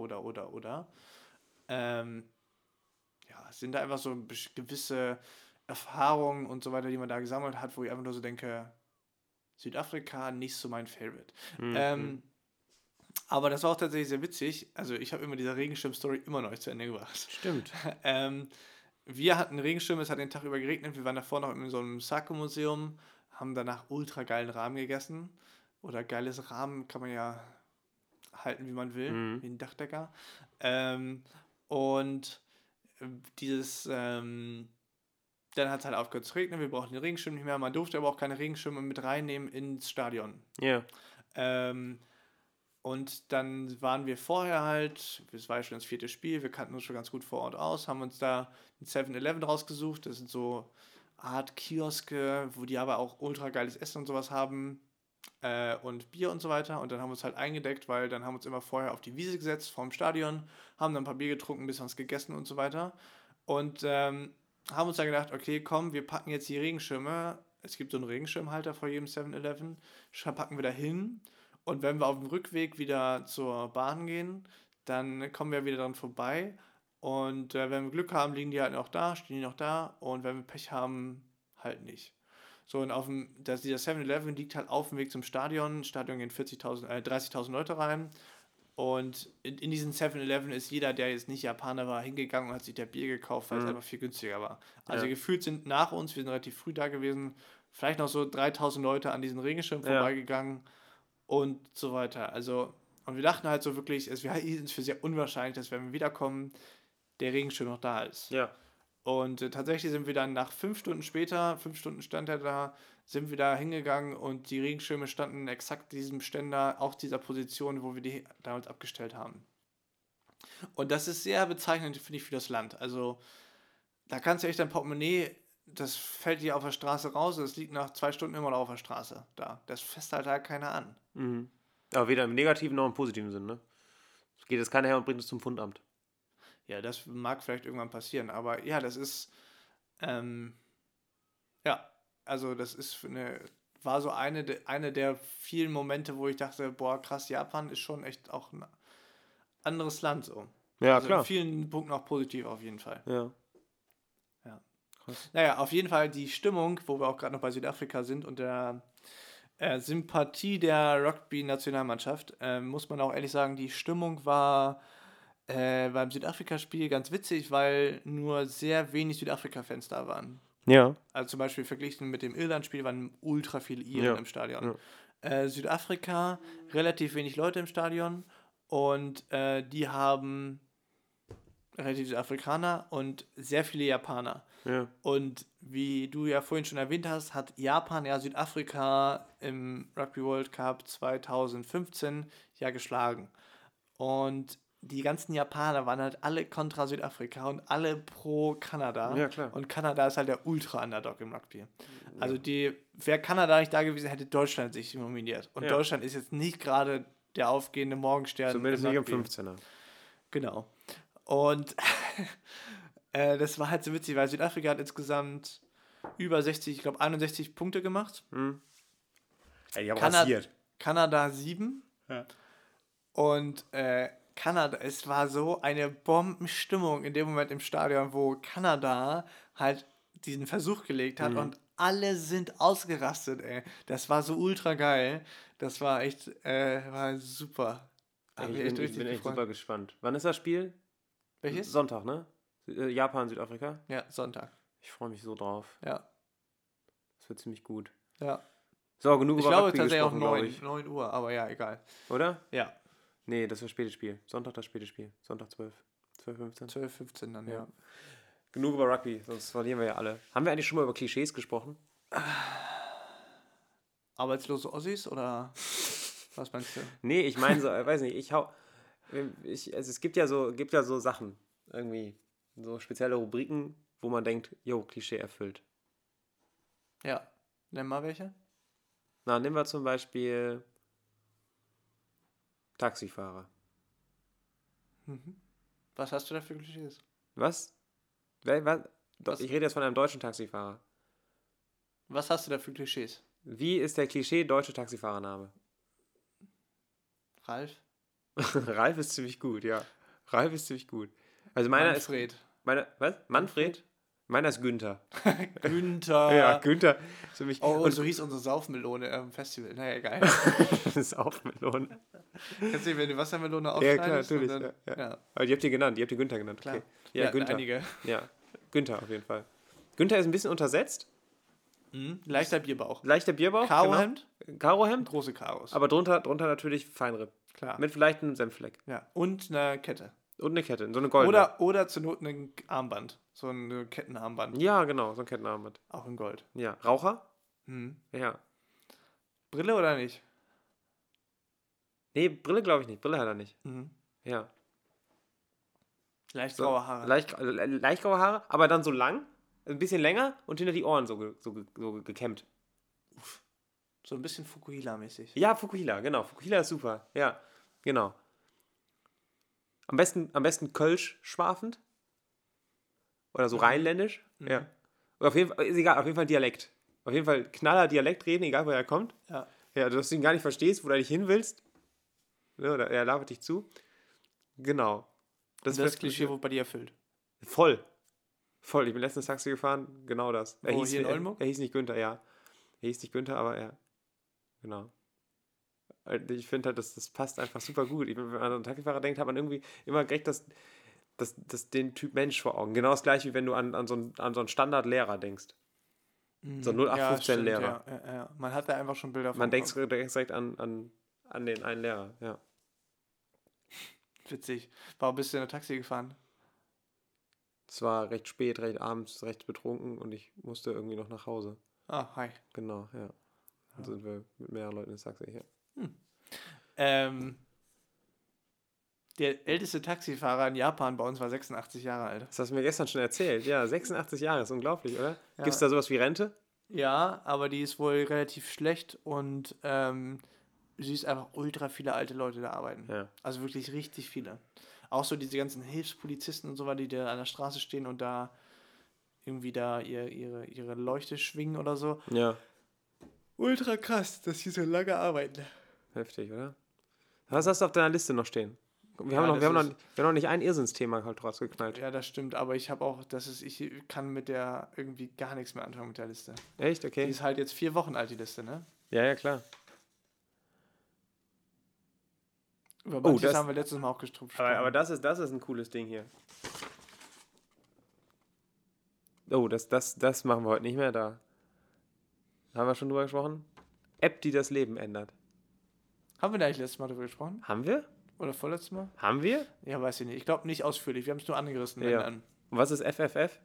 Es sind da einfach so gewisse Erfahrungen und so weiter, die man da gesammelt hat, wo ich einfach nur so denke, Südafrika nicht so mein Favorite. Aber das war auch tatsächlich sehr witzig. Also ich habe immer diese Regenschirm-Story immer noch nicht zu Ende gebracht. Stimmt. wir hatten Regenschirme, es hat den Tag über geregnet, wir waren davor noch in so einem Sake-Museum, haben danach ultra geilen Ramen gegessen. Oder geiles Ramen kann man ja halten, wie man will, wie ein Dachdecker. Und dieses, dann hat es halt aufgehört zu regnen, wir brauchten den Regenschirm nicht mehr, man durfte aber auch keine Regenschirme mit reinnehmen ins Stadion. Ja. Und dann waren wir vorher halt, es war ja schon das 4. Spiel, wir kannten uns schon ganz gut vor Ort aus, haben uns da ein 7-Eleven rausgesucht, das sind so Art Kioske, wo die aber auch ultra geiles Essen und sowas haben und Bier und so weiter. Und dann haben wir uns halt eingedeckt, weil dann haben wir uns immer vorher auf die Wiese gesetzt vorm Stadion, haben dann ein paar Bier getrunken, ein bisschen was gegessen und so weiter. Und haben uns dann gedacht, okay, komm, wir packen jetzt die Regenschirme. Es gibt so einen Regenschirmhalter vor jedem 7-Eleven. Packen wir da hin. Und wenn wir auf dem Rückweg wieder zur Bahn gehen, dann kommen wir wieder dran vorbei. Und wenn wir Glück haben, liegen die halt noch da, stehen die noch da. Und wenn wir Pech haben, halt nicht. So, und dieser 7-Eleven liegt halt auf dem Weg zum Stadion. Im Stadion gehen 30.000 Leute rein. Und in diesen 7-Eleven ist jeder, der jetzt nicht Japaner war, hingegangen und hat sich der Bier gekauft, weil es einfach viel günstiger war. Also gefühlt sind nach uns, wir sind relativ früh da gewesen, vielleicht noch so 3.000 Leute an diesen Regenschirm vorbeigegangen und so weiter. Also, und wir dachten halt so wirklich, es wäre für sehr unwahrscheinlich, dass wenn wir wiederkommen, der Regenschirm noch da ist. Ja. Und tatsächlich sind wir dann nach 5 Stunden später, 5 Stunden stand er da, sind wir da hingegangen und die Regenschirme standen exakt diesem Ständer, auch dieser Position, wo wir die damals abgestellt haben. Und das ist sehr bezeichnend, finde ich, für das Land. Also da kannst du echt dein Portemonnaie, das fällt dir auf der Straße raus, das liegt nach 2 Stunden immer noch auf der Straße da. Das fasst halt da keiner an. Mhm. Aber weder im negativen noch im positiven Sinn, ne? Geht jetzt keiner her und bringt es zum Fundamt. Ja, das mag vielleicht irgendwann passieren, aber ja, das ist, also das ist war so eine der vielen Momente, wo ich dachte, boah, krass, Japan ist schon echt auch ein anderes Land so. Ja, also klar. in vielen Punkten auch positiv auf jeden Fall. Ja. Krass. Naja, auf jeden Fall die Stimmung, wo wir auch gerade noch bei Südafrika sind und der Sympathie der Rugby-Nationalmannschaft, muss man auch ehrlich sagen, die Stimmung war beim Südafrika-Spiel ganz witzig, weil nur sehr wenig Südafrika-Fans da waren. Ja. Also zum Beispiel verglichen mit dem Irland-Spiel waren ultra viele Iren im Stadion. Ja. Südafrika, relativ wenig Leute im Stadion und die haben relativ Südafrikaner und sehr viele Japaner. Ja. Und wie du ja vorhin schon erwähnt hast, hat Japan ja Südafrika im Rugby World Cup 2015 ja geschlagen. Und die ganzen Japaner waren halt alle kontra Südafrika und alle pro Kanada. Ja, klar. Und Kanada ist halt der Ultra-Underdog im Rugby. Also wäre Kanada nicht da gewesen, hätte Deutschland sich nominiert. Und Deutschland ist jetzt nicht gerade der aufgehende Morgenstern. Zumindest nicht um 15er. Genau. Und das war halt so witzig, weil Südafrika hat insgesamt über 60, ich glaube 61 Punkte gemacht. Ja, die haben rasiert. Kanada 7. Ja. Und Kanada, es war so eine Bombenstimmung in dem Moment im Stadion, wo Kanada halt diesen Versuch gelegt hat und alle sind ausgerastet, ey. Das war so ultra geil. Das war echt, war super. Ich bin echt super gespannt. Wann ist das Spiel? Welches? Sonntag, ne? Japan, Südafrika? Ja, Sonntag. Ich freue mich so drauf. Ja. Das wird ziemlich gut. Ja. So, genug über Rugby gesprochen, glaube ich. 9 Uhr, aber ja, egal. Oder? Ja. Nee, das war spätes Spiel. Sonntag das späte Spiel. Sonntag 12. 12:15. 12:15 dann, ja. Genug über Rugby, sonst verlieren wir ja alle. Haben wir eigentlich schon mal über Klischees gesprochen? Arbeitslose Ossis oder was meinst du? Nee, ich meine so, weiß nicht, es gibt ja so Sachen, irgendwie, so spezielle Rubriken, wo man denkt, Klischee erfüllt. Ja, nenn mal welche. Na, nehmen wir zum Beispiel Taxifahrer. Was hast du da für Klischees? Was? Ich rede jetzt von einem deutschen Taxifahrer. Was hast du da für Klischees? Wie ist der Klischee-deutsche Taxifahrername? Ralf? Ralf ist ziemlich gut, ja. Ralf ist ziemlich gut. Also meiner Manfred. Was? Manfred? Meiner ist Günther. Günther. Ja, Günther. Und so hieß unsere Saufmelone im Festival. Naja, geil. Saufmelone. Kannst du, wenn du Wassermelone aufschneidest? Ja, klar, natürlich. Ja. Aber die habt ihr genannt, die habt ihr Günther genannt. Klar. Okay. Ja, Günther. Einige. Ja. Günther auf jeden Fall. Günther ist ein bisschen untersetzt. Leichter Bierbauch. Leichter Bierbauch. Karohemd. Genau. Karohemd. Große Karos. Aber drunter natürlich Feinripp. Klar. Mit vielleicht einem Senffleck. Ja. Und eine Kette. Und eine Kette, so eine goldene. Oder zur Not ein Armband. So ein Kettenarmband. Ja, genau, so ein Kettenarmband. Auch in Gold. Ja. Raucher? Mhm. Ja. Brille oder nicht? Nee, Brille glaube ich nicht. Brille hat er nicht. Mhm. Ja. Leicht graue Haare. Leicht graue Haare, aber dann so lang, ein bisschen länger und hinter die Ohren so gekämmt. So ein bisschen Fukuhila-mäßig. Ja, Fukuhila, genau. Fukuhila ist super. Ja, genau. Am besten Kölsch schwafend. Oder so rheinländisch. Mhm. Ja. Oder auf jeden Fall, ist egal, auf jeden Fall Dialekt. Auf jeden Fall knaller Dialekt reden, egal woher er kommt. Ja. Ja, dass du ihn gar nicht verstehst, wo du nicht hin willst. Ja, oder er labert dich zu. Genau. Das Klischee wurde bei dir erfüllt. Voll. Ich bin letztens Taxi gefahren, genau das. Hier in Oldenburg? Er hieß nicht Günther, ja. Er hieß nicht Günther, aber er. Genau. Ich finde halt, das passt einfach super gut. Wenn man an einen Taxifahrer denkt, hat man irgendwie immer direkt den Typ Mensch vor Augen. Genau das gleiche, wie wenn du an so einen Standardlehrer denkst. So ein 0815-Lehrer. Ja. Man hat da einfach schon Bilder von. Man denkt direkt an den einen Lehrer, ja. Witzig. Warum bist du in der Taxi gefahren? Es war recht spät, recht abends, recht betrunken und ich musste irgendwie noch nach Hause. Ah, hi. Genau, ja. Dann sind wir mit mehreren Leuten in Taxi hier. Der älteste Taxifahrer in Japan bei uns war 86 Jahre alt. Das hast du mir gestern schon erzählt. Ja, 86 Jahre, ist unglaublich, oder? Ja. Gibt es da sowas wie Rente? Ja, aber die ist wohl relativ schlecht und sie ist einfach ultra viele alte Leute da arbeiten. Ja. Also wirklich richtig viele. Auch so diese ganzen Hilfspolizisten und so weiter, die da an der Straße stehen und da irgendwie da ihre Leuchte schwingen oder so. Ja. Ultra krass, dass sie so lange arbeiten. Heftig, oder? Was hast du auf deiner Liste noch stehen? Wir haben noch nicht ein Irrsinnsthema halt rausgeknallt. Ja, das stimmt, aber ich habe auch, ich kann mit der irgendwie gar nichts mehr anfangen mit der Liste. Echt? Okay. Die ist halt jetzt 4 Wochen alt, die Liste, ne? Ja, klar. Über manches haben wir letztes Mal auch gesprochen. Aber das ist ein cooles Ding hier. Oh, das machen wir heute nicht mehr da. Haben wir schon drüber gesprochen? App, die das Leben ändert. Haben wir da nicht letztes Mal drüber gesprochen? Haben wir? Oder vorletztes Mal? Haben wir? Ja, weiß ich nicht. Ich glaube nicht ausführlich. Wir haben es nur angerissen. Ja. Und was ist FFF?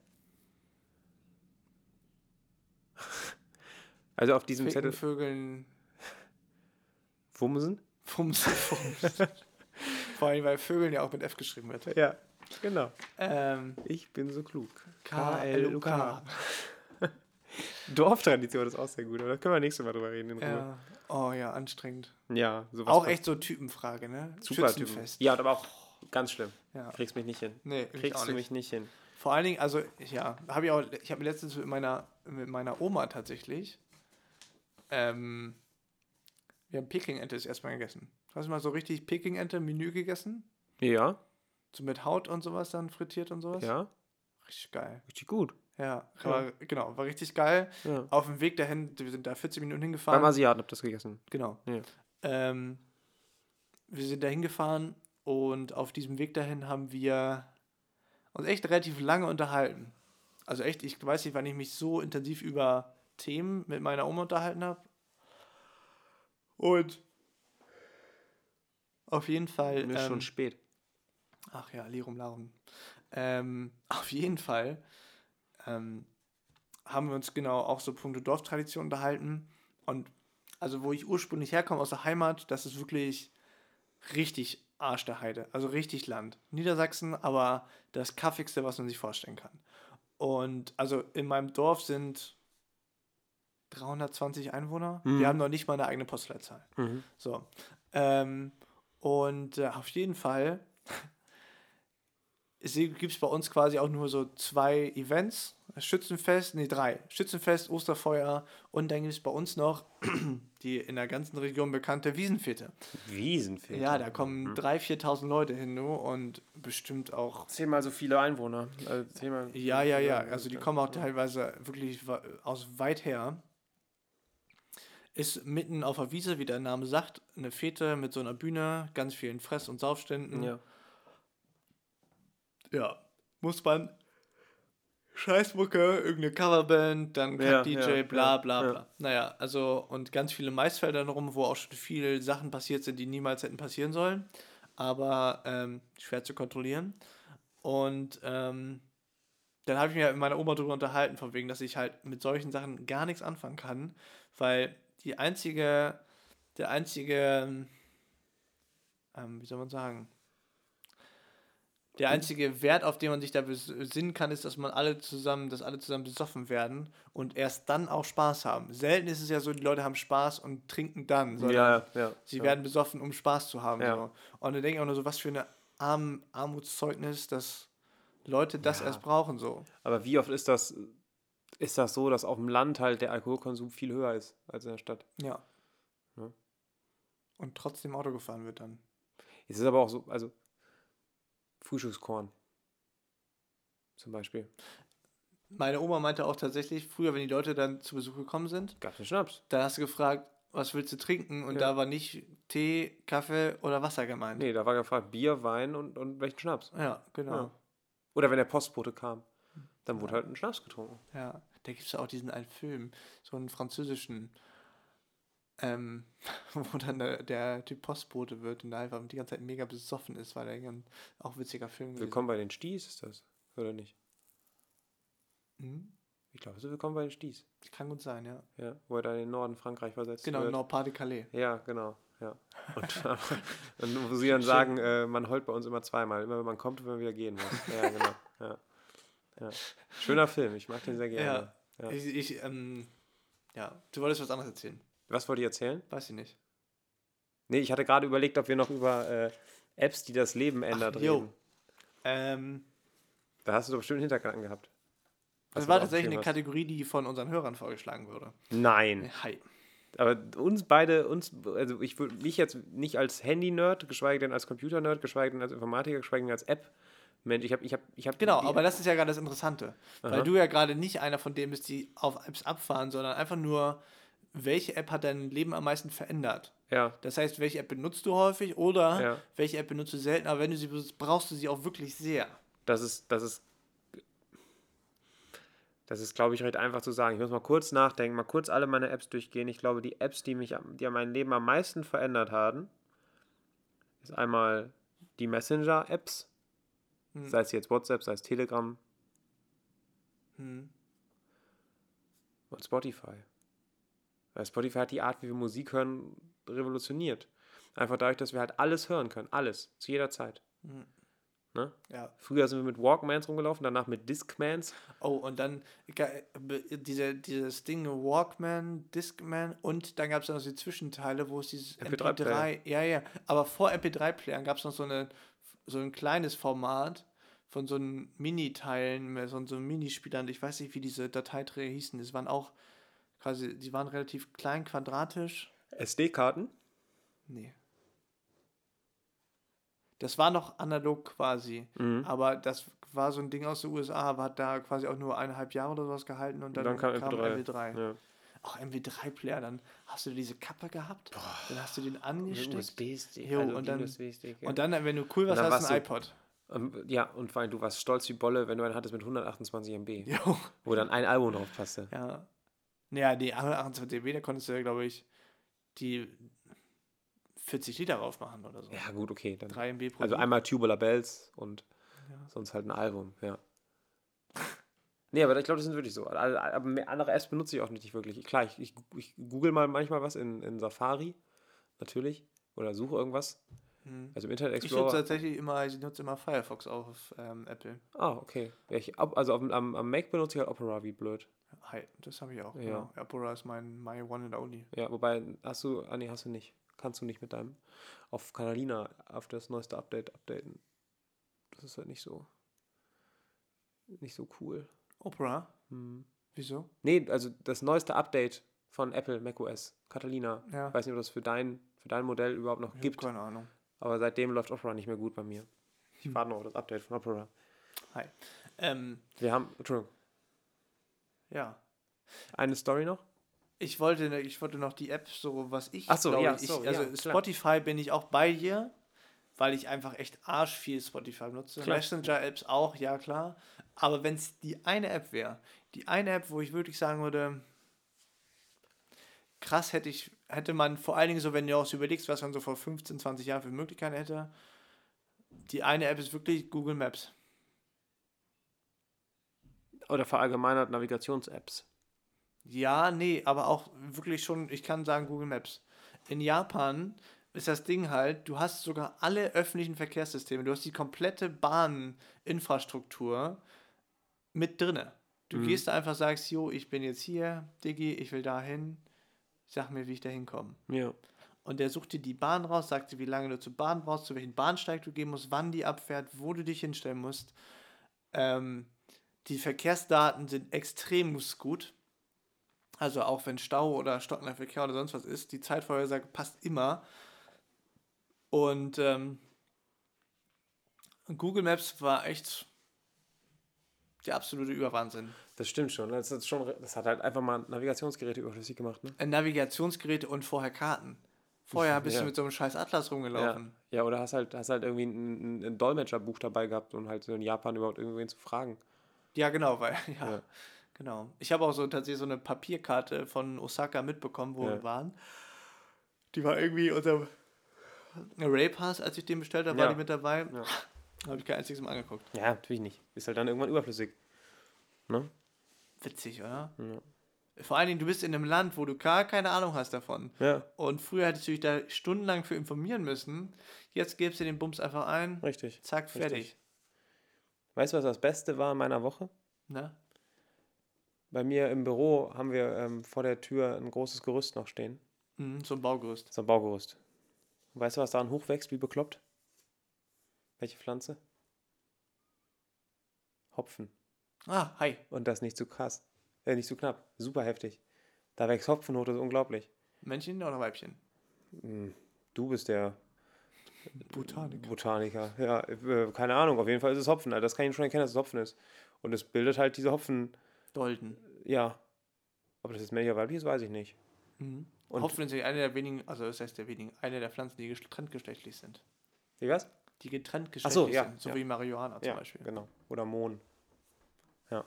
Also auf diesem Ficken, Zettel. Vögeln. Wumsen? Fumsen. Vor allem, weil Vögeln ja auch mit F geschrieben wird. Ja, genau. Ich bin so klug. KLUK. Dorftradition ist auch sehr gut, aber da können wir nächstes Mal drüber reden in Ruhe. Ja. Oh ja, anstrengend. Ja, sowas. Auch echt so Typenfrage, ne? Super Typen. Ja, aber auch ganz schlimm. Ja. Kriegst mich nicht hin. Nee, kriegst du mich nicht hin. Vor allen Dingen, also, ja, ich habe letztens mit meiner Oma tatsächlich, wir haben Peking-Ente das erstmal gegessen. Hast du mal so richtig Peking-Ente Menü gegessen? Ja. So mit Haut und sowas dann frittiert und sowas? Ja. Richtig geil. Richtig gut. Ja, war richtig geil. Ja. Auf dem Weg dahin, wir sind da 40 Minuten hingefahren. Beim Asiaten habt ihr das gegessen. Genau. Ja. Wir sind da hingefahren und auf diesem Weg dahin haben wir uns echt relativ lange unterhalten. Also echt, ich weiß nicht, wann ich mich so intensiv über Themen mit meiner Oma unterhalten habe. Und auf jeden Fall... Mir ist schon spät. Ach ja, Lirum Larum. Auf jeden Fall haben wir uns genau auch so punkto Dorftradition unterhalten. Und also wo ich ursprünglich herkomme, aus der Heimat, das ist wirklich richtig Arsch der Heide. Also richtig Land. Niedersachsen, aber das kaffigste, was man sich vorstellen kann. Und also in meinem Dorf sind 320 Einwohner. Mhm. Wir haben noch nicht mal eine eigene Postleitzahl. Mhm. So. Auf jeden Fall gibt es bei uns quasi auch nur so 2 Events. Schützenfest, 3. Schützenfest, Osterfeuer und dann gibt es bei uns noch die in der ganzen Region bekannte Wiesenfete. Wiesenfete? Ja, da kommen 3.000, 4.000 Leute hin nur und bestimmt auch... 10-mal so viele Einwohner. Also 10-mal ja. Also die kommen auch teilweise wirklich aus weit her. Ist mitten auf der Wiese, wie der Name sagt, eine Fete mit so einer Bühne, ganz vielen Fress- und Saufständen. Ja. Ja, muss man Scheißmucke, irgendeine Coverband, dann Cut-DJ, bla bla ja. bla. Naja, also und ganz viele Maisfelder rum, wo auch schon viele Sachen passiert sind, die niemals hätten passieren sollen, aber schwer zu kontrollieren. Und dann habe ich mich ja mit meiner Oma darüber unterhalten, von wegen, dass ich halt mit solchen Sachen gar nichts anfangen kann, weil der einzige, wie soll man sagen, der einzige Wert, auf den man sich da besinnen kann, ist, dass alle zusammen besoffen werden und erst dann auch Spaß haben. Selten ist es ja so, die Leute haben Spaß und trinken dann, sondern sie werden besoffen, um Spaß zu haben. Ja. So. Und dann denke ich auch nur so, was für ein Armutszeugnis, dass Leute das erst brauchen. So. Aber wie oft ist das so, dass auf dem Land halt der Alkoholkonsum viel höher ist als in der Stadt? Ja. Ja. Und trotzdem Auto gefahren wird dann. Es ist aber auch so, also Frühstückskorn zum Beispiel. Meine Oma meinte auch tatsächlich, früher, wenn die Leute dann zu Besuch gekommen sind, Gab es einen Schnaps? dann hast du gefragt, was willst du trinken? Und da war nicht Tee, Kaffee oder Wasser gemeint. Nee, da war gefragt Bier, Wein und welchen Schnaps. Ja, genau. Ja. Oder wenn der Postbote kam, dann wurde halt ein Schnaps getrunken. Ja, da gibt es auch diesen einen Film, so einen französischen, wo dann der Typ Postbote wird und da einfach die ganze Zeit mega besoffen ist, weil er auch witziger Film gewesen. Willkommen bei den Sties ist das, oder nicht? Hm? Ich glaube, es ist Willkommen bei den Sties. Kann gut sein, ja. Ja, wo er dann in den Norden Frankreich versetzt Genau, wird. genau, Pas-de-Calais. Ja, genau, ja. Und wo sie dann sagen, man heult bei uns immer zweimal, immer wenn man kommt und wenn man wieder gehen muss. Ja, genau, ja. Schöner Film, ich mag den sehr gerne. Ja. Du wolltest was anderes erzählen. Was wollte ich erzählen? Weiß ich nicht. Nee, ich hatte gerade überlegt, ob wir noch über Apps, die das Leben ändert, reden. Da hast du doch bestimmt einen Hintergedanken gehabt. Das war tatsächlich eine Kategorie, die von unseren Hörern vorgeschlagen wurde. Nein. Hi. Aber also ich würde mich jetzt nicht als Handy-Nerd, geschweige denn als Computer-Nerd, geschweige denn als Informatiker, geschweige denn als App-Mensch. Ich hab genau, aber das ist ja gerade das Interessante. Weil du ja gerade nicht einer von denen bist, die auf Apps abfahren, sondern einfach nur, welche App hat dein Leben am meisten verändert? Ja. Das heißt, welche App benutzt du häufig oder welche App benutzt du selten, aber wenn du sie benutzt, brauchst du sie auch wirklich sehr. Das ist, glaube ich, recht einfach zu sagen. Ich muss mal kurz nachdenken, mal kurz alle meine Apps durchgehen. Ich glaube, die Apps, die mein Leben am meisten verändert haben, ist einmal die Messenger-Apps, sei es jetzt WhatsApp, sei es Telegram und Spotify. Weil Spotify hat die Art, wie wir Musik hören, revolutioniert. Einfach dadurch, dass wir halt alles hören können. Alles. Zu jeder Zeit. Ne? Ja. Früher sind wir mit Walkmans rumgelaufen, danach mit Discmans. Oh, und dann dieses Ding Walkman, Discman und dann gab es noch die Zwischenteile, wo es dieses MP3 ja, aber vor MP3-Playern gab es noch so ein kleines Format von so einem Mini-Teilen, so einem Minispielern. Ich weiß nicht, wie diese Dateiträger hießen. Das waren auch quasi, die waren relativ klein, quadratisch. SD-Karten? Nee. Das war noch analog quasi, aber das war so ein Ding aus den USA, aber hat da quasi auch nur 1,5 Jahre oder sowas gehalten und dann kam MP3. Ja. Auch MP3-Player, dann hast du diese Kappe gehabt, dann hast du den angesteckt. USB-Stick. Und dann, wenn du cool warst, hast du ein iPod. Ja, und vor allem, du warst stolz wie Bolle, wenn du einen hattest mit 128 MB. Jo. Wo dann ein Album drauf passte. Ja. Naja, die 128 MB, da konntest du ja, glaube ich, die 40 Liter drauf machen oder so. Ja, gut, okay. Dann 3 MB pro Also einmal Tubular Bells und sonst halt ein Album, ja. Nee, aber ich glaube, das sind wirklich so. Aber andere Apps benutze ich auch nicht wirklich. Klar, ich google mal manchmal was in Safari, natürlich. Oder suche irgendwas. Also im Internet Explorer. Ich nutze immer Firefox auf Apple. Ah, okay. Am Mac benutze ich halt Opera wie blöd. Hi, das habe ich auch. Ja. Genau. Opera ist my one and only. Ja, wobei, hast du nicht. Kannst du nicht mit deinem auf Catalina auf das neueste Update updaten. Das ist halt nicht so cool. Opera? Wieso? Nee, also das neueste Update von Apple macOS, Catalina. Ja. Ich weiß nicht, ob das für dein Modell überhaupt noch gibt. Keine Ahnung. Aber seitdem läuft Opera nicht mehr gut bei mir. Ich warte noch auf das Update von Opera. Hi. Entschuldigung. Ja. Eine Story noch? Ich wollte noch die App, so was ich Ach so, glaube, ja, Spotify bin ich auch bei dir. weil ich einfach echt arsch viel Spotify nutze. Klar. Messenger-Apps auch, ja klar. Aber wenn es die eine App wäre, wo ich wirklich sagen würde, krass hätte man vor allen Dingen so, wenn du auch so überlegst, was man so vor 15, 20 Jahren für Möglichkeiten hätte, die eine App ist wirklich Google Maps. Oder verallgemeinert Navigations-Apps. Ja, nee, aber auch wirklich schon, ich kann sagen Google Maps. In Japan ist das Ding halt, du hast sogar alle öffentlichen Verkehrssysteme, du hast die komplette Bahninfrastruktur mit drinne. Du gehst da einfach, sagst, jo, ich bin jetzt hier, Diggi, ich will da hin, sag mir, wie ich da hinkomme. Ja. Und der sucht dir die Bahn raus, sagt dir, wie lange du zur Bahn brauchst, zu welchem Bahnsteig du gehen musst, wann die abfährt, wo du dich hinstellen musst. Die Verkehrsdaten sind extrem gut. Also auch wenn Stau oder stockender Verkehr oder sonst was ist, die Zeitvorhersage passt immer. Und Google Maps war echt der absolute Überwahnsinn. Das stimmt schon. Das hat halt einfach mal Navigationsgeräte überflüssig gemacht, ne? Navigationsgeräte und vorher Karten. Vorher bist du mit so einem scheiß Atlas rumgelaufen. Ja, oder hast halt irgendwie ein Dolmetscherbuch dabei gehabt, um halt so in Japan überhaupt irgendwen zu fragen. Ja, genau, genau. Ich habe auch so tatsächlich so eine Papierkarte von Osaka mitbekommen, wo wir waren. Die war irgendwie unter Raypass, als ich den bestellt habe, war die mit dabei. Ja. Habe ich kein einziges Mal angeguckt. Ja, natürlich nicht. Ist halt dann irgendwann überflüssig. Ne? Witzig, oder? Ja. Vor allen Dingen, du bist in einem Land, wo du gar keine Ahnung hast davon. Ja. Und früher hättest du dich da stundenlang für informieren müssen. Jetzt gibst du den Bums einfach ein. Richtig. Zack, fertig. Weißt du, was das Beste war in meiner Woche? Na? Bei mir im Büro haben wir vor der Tür ein großes Gerüst noch stehen. So ein Baugerüst. So ein Baugerüst. Und weißt du, was daran hochwächst, wie bekloppt? Welche Pflanze? Hopfen. Ah, hi. Und das nicht zu krass. Nicht zu knapp. Super heftig. Da wächst Hopfen hoch, das ist unglaublich. Männchen oder Weibchen? Du bist der Botaniker. Ja, keine Ahnung. Auf jeden Fall ist es Hopfen. Also das kann ich schon erkennen, dass es Hopfen ist. Und es bildet halt diese Hopfen. Dolden. Ja. Ob das jetzt männlich oder weiblich ist, weiß ich nicht. Und Hopfen ist eine der wenigen, also das heißt eine der Pflanzen, die getrenntgeschlechtlich sind. Wie was? Die getrenntgeschlechtlich sind, so ja. wie Marihuana zum Beispiel. Genau. Oder Mohn. Ja.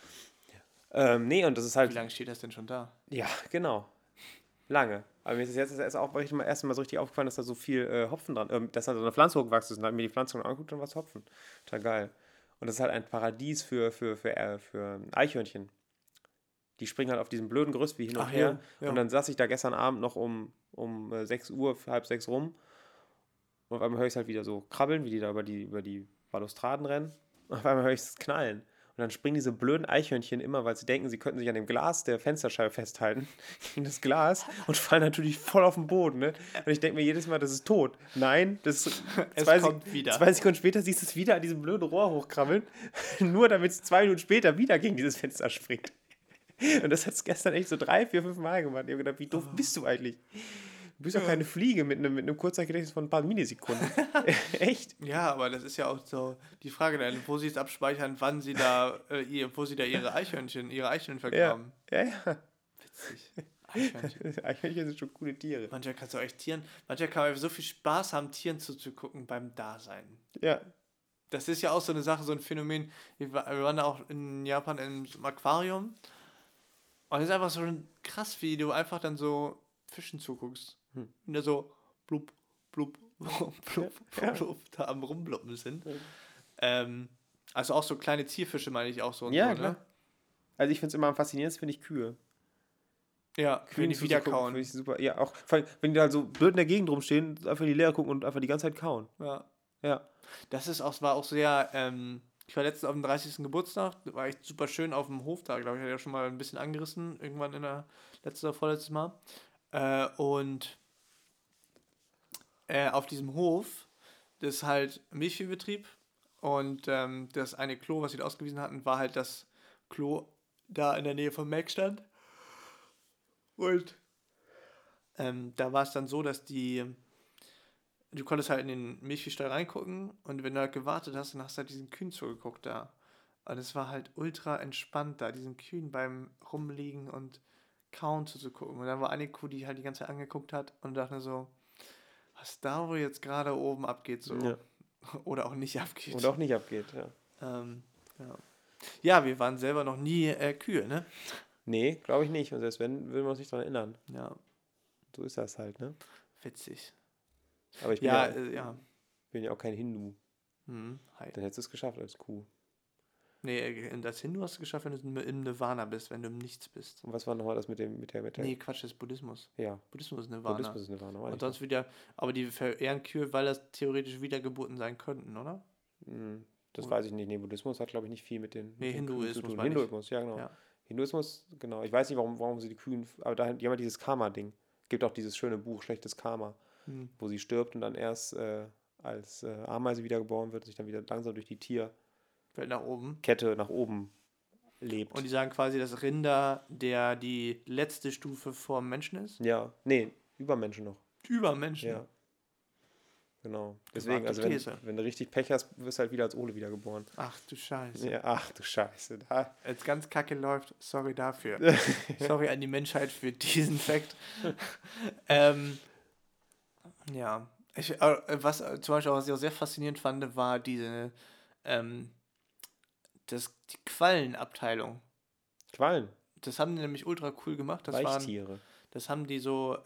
Nee, und das ist halt... Wie lange steht das denn schon da? Ja, genau. Lange. Aber mir ist es jetzt erst mal so richtig aufgefallen, dass da so viel Hopfen dran, dass da so eine Pflanze hochgewachsen ist. Und dann mir die Pflanze angeguckt und was Hopfen. Total geil. Und das ist halt ein Paradies für Eichhörnchen. Die springen halt auf diesem blöden Gerüst wie hin und her. Ja. Und dann saß ich da gestern Abend noch um 6 Uhr, 5:30 rum. Und auf einmal höre ich es halt wieder so krabbeln, wie die da über die Balustraden rennen. Und auf einmal höre ich es knallen. Und dann springen diese blöden Eichhörnchen immer, weil sie denken, sie könnten sich an dem Glas der Fensterscheibe festhalten, gegen das Glas und fallen natürlich voll auf den Boden. Ne? Und ich denke mir jedes Mal, das ist tot. Nein, es kommt wieder. 2 Sekunden später siehst du es wieder an diesem blöden Rohr hochkrabbeln, nur damit es 2 Minuten später wieder gegen dieses Fenster springt. Und das hat es gestern echt so 3, 4, 5 Mal gemacht. Ich habe gedacht, wie doof bist du eigentlich? Du bist doch keine Fliege mit einem Kurzzeitgedächtnis von ein paar Millisekunden. Echt? Ja, aber das ist ja auch so die Frage, wo sie es abspeichern, wann sie wo sie da ihre Eichhörnchen vergraben. Ja. Witzig. Eichhörnchen. Eichhörnchen sind schon coole Tiere. Manchmal kann man so viel Spaß haben, Tieren zuzugucken beim Dasein. Ja. Das ist ja auch so eine Sache, so ein Phänomen. Wir waren da auch in Japan im Aquarium. Und es ist einfach so krass, wie du einfach dann so Fischen zuguckst. Und da so blub, blub, blub, blub, blub, da am Rumbluppen sind. Also auch so kleine Zierfische meine ich auch so. Und ja, so, klar. Ne? Also ich finde es immer am faszinierendsten, finde ich Kühe. Ja, Kühe, die wieder kauen. Finde ich super. Ja, auch wenn die da so blöd in der Gegend rumstehen, einfach in die Leere gucken und einfach die ganze Zeit kauen. Ja. Das war auch sehr, ich war letztens auf dem 30. Geburtstag, war echt super schön auf dem Hof da, glaube ich, hatte ja schon mal ein bisschen angerissen, irgendwann in der letzten oder vorletztes Mal. Und auf diesem Hof, das ist halt Milchviehbetrieb und das eine Klo, was sie da ausgewiesen hatten, war halt das Klo da in der Nähe vom Mac stand. Und da war es dann so, dass du konntest halt in den Milchviehstall reingucken und wenn du halt gewartet hast, dann hast du halt diesen Kühen zugeguckt da. Und es war halt ultra entspannt da, diesen Kühen beim Rumliegen und Kauen zuzugucken. Und dann war eine Kuh, die halt die ganze Zeit angeguckt hat und dachte so, Was da wohl jetzt gerade oben abgeht, so. Ja. Oder auch nicht abgeht. Und auch nicht abgeht, ja. Ja. Ja, wir waren selber noch nie Kühe, ne? Nee, glaube ich nicht. Und selbst wenn, will man uns nicht daran erinnern. Ja, So ist das halt, ne? witzig. Aber ich bin Ja, ja, bin ja auch kein Hindu. Hi. Dann hättest du es geschafft als Kuh. Nee, das Hindu hast du geschafft, wenn du im Nirvana bist, wenn du im Nichts bist. Und was war nochmal das mit der... Nee, Quatsch, das ist Buddhismus. Ja, Buddhismus ist Nirvana. Buddhismus ist Nirvana. Und sonst wieder, aber die verehren Kühe, weil das theoretisch Wiedergeburten sein könnten, oder? Das weiß ich nicht. Nee, Buddhismus hat, glaube ich, nicht viel mit den Kühen Hinduismus zu tun. meine ich. Hinduismus, ja, genau. Ja. Hinduismus, genau. Ich weiß nicht, warum sie die Kühen... Aber die haben ja dieses Karma-Ding. Gibt auch dieses schöne Buch, Schlechtes Karma, wo sie stirbt und dann erst als Ameise wiedergeboren wird, sich dann wieder langsam durch die Tierkette Fällt nach oben. nach oben lebt. Und die sagen quasi, dass Rinder die letzte Stufe vor dem Menschen ist? Ja, nee, über Menschen noch. Über Menschen? Ja. Genau. Deswegen, Gewagte also These. wenn du richtig Pech hast, wirst du halt wieder als Ole wiedergeboren. Ach du Scheiße. Ja, ach du Scheiße. Da. Als ganz kacke läuft, sorry dafür. Sorry an die Menschheit für diesen Fakt. Ja. Was zum Beispiel auch, was ich auch sehr faszinierend fand, war die Quallenabteilung. Quallen. Das haben die nämlich ultra cool gemacht. Weichtiere. Das haben die so,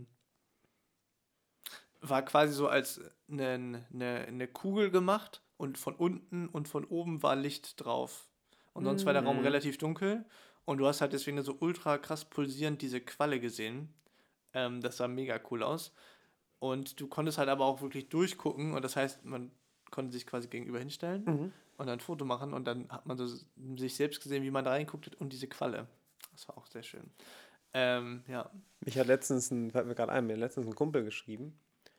war quasi so als eine Kugel gemacht und von unten und von oben war Licht drauf. Und sonst war der Raum relativ dunkel und du hast halt deswegen so ultra krass pulsierend diese Qualle gesehen. Das sah mega cool aus. Und du konntest halt aber auch wirklich durchgucken und das heißt, man konnte sich quasi gegenüber hinstellen und dann ein Foto machen und dann hat man so sich selbst gesehen, wie man da reinguckt und diese Qualle. Das war auch sehr schön. Ja. Mich hat letztens ein Kumpel geschrieben.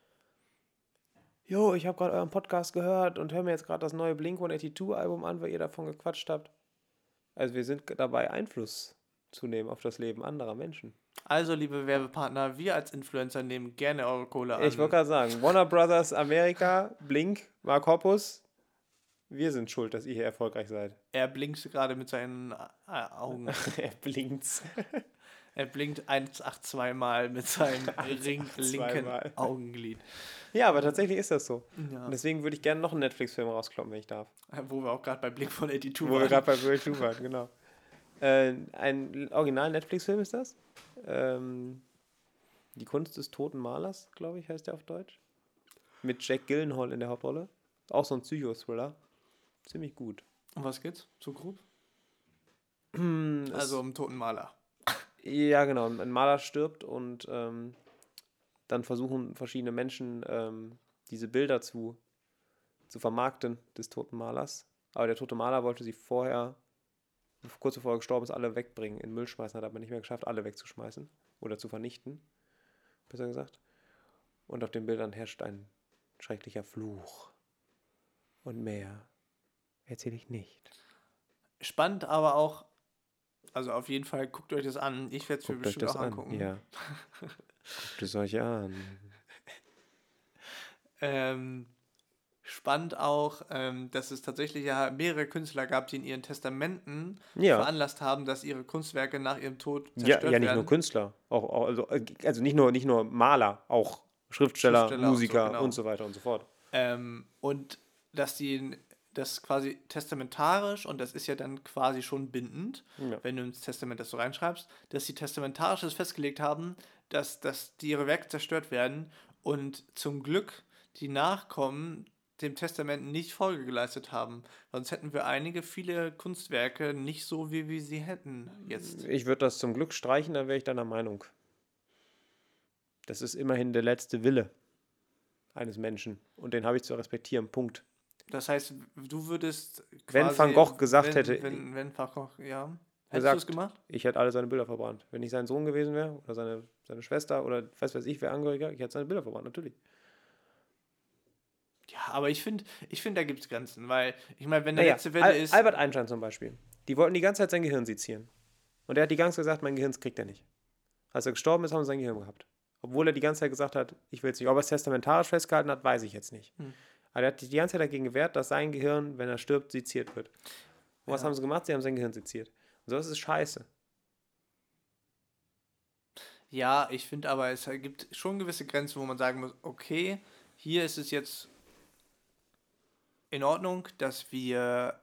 Jo, ich habe gerade euren Podcast gehört und höre mir jetzt gerade das neue Blink-182-Album an, weil ihr davon gequatscht habt. Also wir sind dabei, Einfluss zu nehmen auf das Leben anderer Menschen. Also, liebe Werbepartner, wir als Influencer nehmen gerne eure Kohle an. Ich wollte gerade sagen, Warner Brothers Amerika, Blink, Mark Hoppus, wir sind schuld, dass ihr hier erfolgreich seid. Er blinkt gerade mit seinen Augen. Er blinkt's. Er blinkt 182 Mal mit seinem linken Augenlid. Ja, aber tatsächlich ist das so. Ja. Und deswegen würde ich gerne noch einen Netflix-Film rauskloppen, wenn ich darf. Wo wir auch gerade bei Blink-182 waren. Wo wir gerade bei Blink-182 waren, genau. Ein Original-Netflix-Film ist das. Die Kunst des toten Malers, glaube ich, heißt der auf Deutsch. Mit Jack Gyllenhaal in der Hauptrolle. Auch so ein Psycho-Thriller. Ziemlich gut. Um was geht's? So grob? Also um toten Maler. Ja, genau. Ein Maler stirbt und dann versuchen verschiedene Menschen diese Bilder zu vermarkten des toten Malers. Aber der tote Maler wollte sie vorher, kurz bevor er gestorben ist, alle wegbringen, in den Müll schmeißen. Hat aber nicht mehr geschafft, alle wegzuschmeißen oder zu vernichten, besser gesagt. Und auf den Bildern herrscht ein schrecklicher Fluch. Und mehr erzähle ich nicht. Spannend, aber auch, also auf jeden Fall, guckt euch das an. Ich werde es mir bestimmt auch angucken. Ja. Guckt es euch an. Spannend auch, dass es tatsächlich ja mehrere Künstler gab, die in ihren Testamenten veranlasst haben, dass ihre Kunstwerke nach ihrem Tod zerstört werden. Ja, nicht nur Künstler, also nicht nur Maler, auch Schriftsteller Musiker und so weiter und so fort. Und dass die das quasi testamentarisch, und das ist ja dann quasi schon bindend, wenn du ins Testament das so reinschreibst, dass sie testamentarisch das festgelegt haben, dass die ihre Werke zerstört werden und zum Glück die Nachkommen dem Testament nicht Folge geleistet haben. Sonst hätten wir viele Kunstwerke nicht so, wie wir sie hätten jetzt. Ich würde das zum Glück streichen, dann wäre ich deiner Meinung. Das ist immerhin der letzte Wille eines Menschen und den habe ich zu respektieren, Punkt. Das heißt, du würdest quasi... Wenn Van Gogh gesagt hätte... Wenn Van Gogh, ja. Hättest du es gemacht? Ich hätte alle seine Bilder verbrannt. Wenn ich sein Sohn gewesen wäre oder seine Schwester oder weiß ich, wer Angehöriger, ich hätte seine Bilder verbrannt, natürlich. Ja, aber ich finde, da gibt es Grenzen, weil, ich meine, wenn der letzte Wille ist... Albert Einstein zum Beispiel. Die wollten die ganze Zeit sein Gehirn sezieren. Und er hat die ganze Zeit gesagt, mein Gehirn kriegt er nicht. Als er gestorben ist, haben sie sein Gehirn gehabt. Obwohl er die ganze Zeit gesagt hat, ich will es nicht. Ob er es testamentarisch festgehalten hat, weiß ich jetzt nicht. Aber er hat sich die ganze Zeit dagegen gewehrt, dass sein Gehirn, wenn er stirbt, seziert wird. Und was haben sie gemacht? Sie haben sein Gehirn seziert. Und so ist es scheiße. Ja, ich finde aber, es gibt schon gewisse Grenzen, wo man sagen muss, okay, hier ist es jetzt in Ordnung, dass wir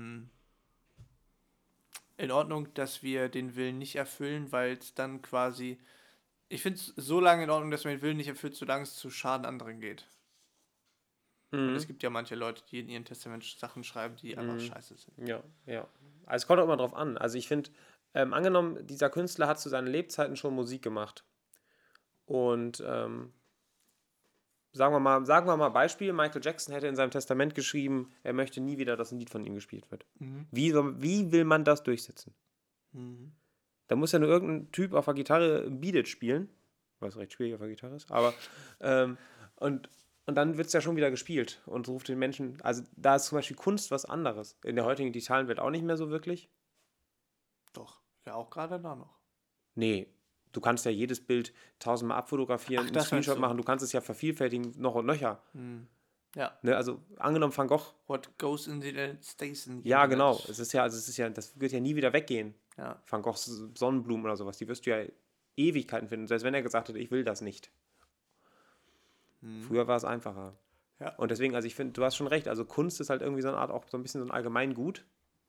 den Willen nicht erfüllen, weil es dann quasi, ich finde es so lange in Ordnung, dass man den Willen nicht erfüllt, solange es zu Schaden anderen geht. Und es gibt ja manche Leute, die in ihren Testament Sachen schreiben, die einfach scheiße sind. Ja. Also es kommt auch immer drauf an. Also ich finde, angenommen, dieser Künstler hat zu seinen Lebzeiten schon Musik gemacht. Und sagen wir mal Beispiel, Michael Jackson hätte in seinem Testament geschrieben, er möchte nie wieder, dass ein Lied von ihm gespielt wird. Wie will man das durchsetzen? Da muss ja nur irgendein Typ auf der Gitarre Beat It spielen, was recht schwierig auf der Gitarre ist, aber und dann wird es ja schon wieder gespielt und ruft den Menschen, also da ist zum Beispiel Kunst was anderes. In der heutigen digitalen Welt auch nicht mehr so wirklich. Doch, ja auch gerade da noch. Nee, du kannst ja jedes Bild 1000-mal abfotografieren, einen Screenshot machen, du kannst es ja vervielfältigen, noch und nöcher. Ja. Ne, also angenommen Van Gogh. What goes in the Internet stays in the Ja, Internet. genau. Das wird ja nie wieder weggehen. Ja. Van Goghs Sonnenblumen oder sowas, die wirst du ja Ewigkeiten finden, selbst wenn er gesagt hätte, ich will das nicht. Früher war es einfacher. Ja. Und deswegen, also ich finde, du hast schon recht, also Kunst ist halt irgendwie so eine Art, auch so ein bisschen so ein Allgemeingut.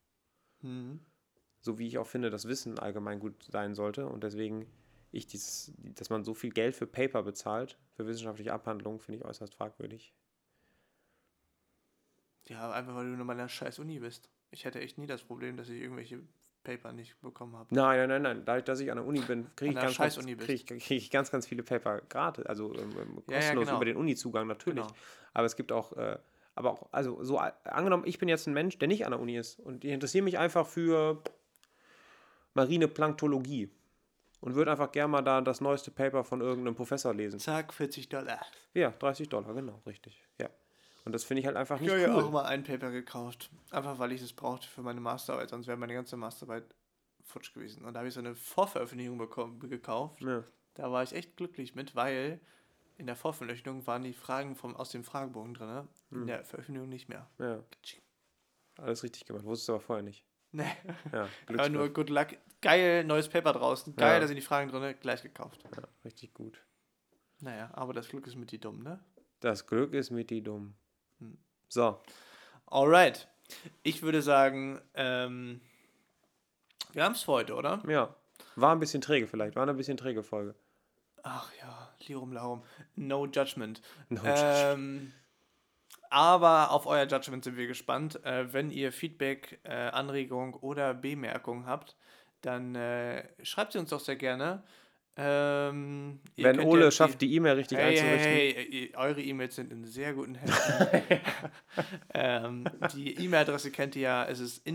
So wie ich auch finde, dass Wissen Allgemeingut sein sollte. Und deswegen, dass man so viel Geld für Paper bezahlt, für wissenschaftliche Abhandlungen, finde ich äußerst fragwürdig. Ja, einfach weil du in meiner scheiß Uni bist. Ich hätte echt nie das Problem, dass ich irgendwelche Paper nicht bekommen habe. Nein. Dadurch, dass ich an der Uni bin, kriege ich ganz viele Paper gratis, also kostenlos über den Uni-Zugang natürlich. Genau. Aber es gibt auch, also so angenommen, ich bin jetzt ein Mensch, der nicht an der Uni ist und ich interessiere mich einfach für Marineplanktologie und würde einfach gerne mal da das neueste Paper von irgendeinem Professor lesen. Zack, $40. Ja, $30, genau, richtig, ja. Und das finde ich halt einfach nicht cool. Ich habe ja auch mal ein Paper gekauft. Einfach, weil ich es brauchte für meine Masterarbeit. Sonst wäre meine ganze Masterarbeit futsch gewesen. Und da habe ich so eine Vorveröffentlichung gekauft. Ja. Da war ich echt glücklich mit, weil in der Vorveröffentlichung waren die Fragen aus dem Fragebogen drin. In der Veröffentlichung nicht mehr. Ja. Alles richtig gemacht. Wusstest du aber vorher nicht. Nee. Ja, aber nur good luck. Geil, neues Paper draußen. Geil, da sind die Fragen drin. Gleich gekauft. Ja, richtig gut. Naja, aber das Glück ist mit die Dumm, ne? Das Glück ist mit die Dumm. So. Alright. Ich würde sagen, wir haben es für heute, oder? Ja. War ein bisschen träge vielleicht. War eine bisschen träge Folge. Ach ja, Lirum Laurum. No judgment. Aber auf euer Judgment sind wir gespannt. Wenn ihr Feedback, Anregung oder Bemerkung habt, dann schreibt sie uns doch sehr gerne. Wenn Ole schafft, die E-Mail richtig einzurichten. Hey, eure E-Mails sind in sehr guten Händen. Die E-Mail-Adresse kennt ihr ja. Es ist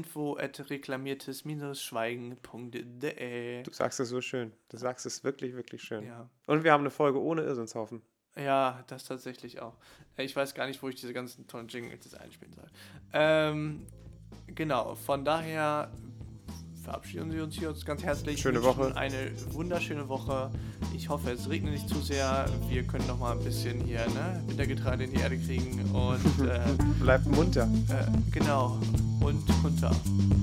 info@reklamiertes-schweigen.de. Du sagst es so schön. Du sagst es wirklich, wirklich schön. Ja. Und wir haben eine Folge ohne Irrsinnshaufen. Ja, das tatsächlich auch. Ich weiß gar nicht, wo ich diese ganzen tollen Jingles jetzt einspielen soll. Genau, von daher verabschieden Sie uns hier ganz herzlich. Schöne Woche. Eine wunderschöne Woche. Ich hoffe, es regnet nicht zu sehr. Wir können noch mal ein bisschen hier Wintergetreide in die Erde kriegen und bleibt munter. Genau. Und munter.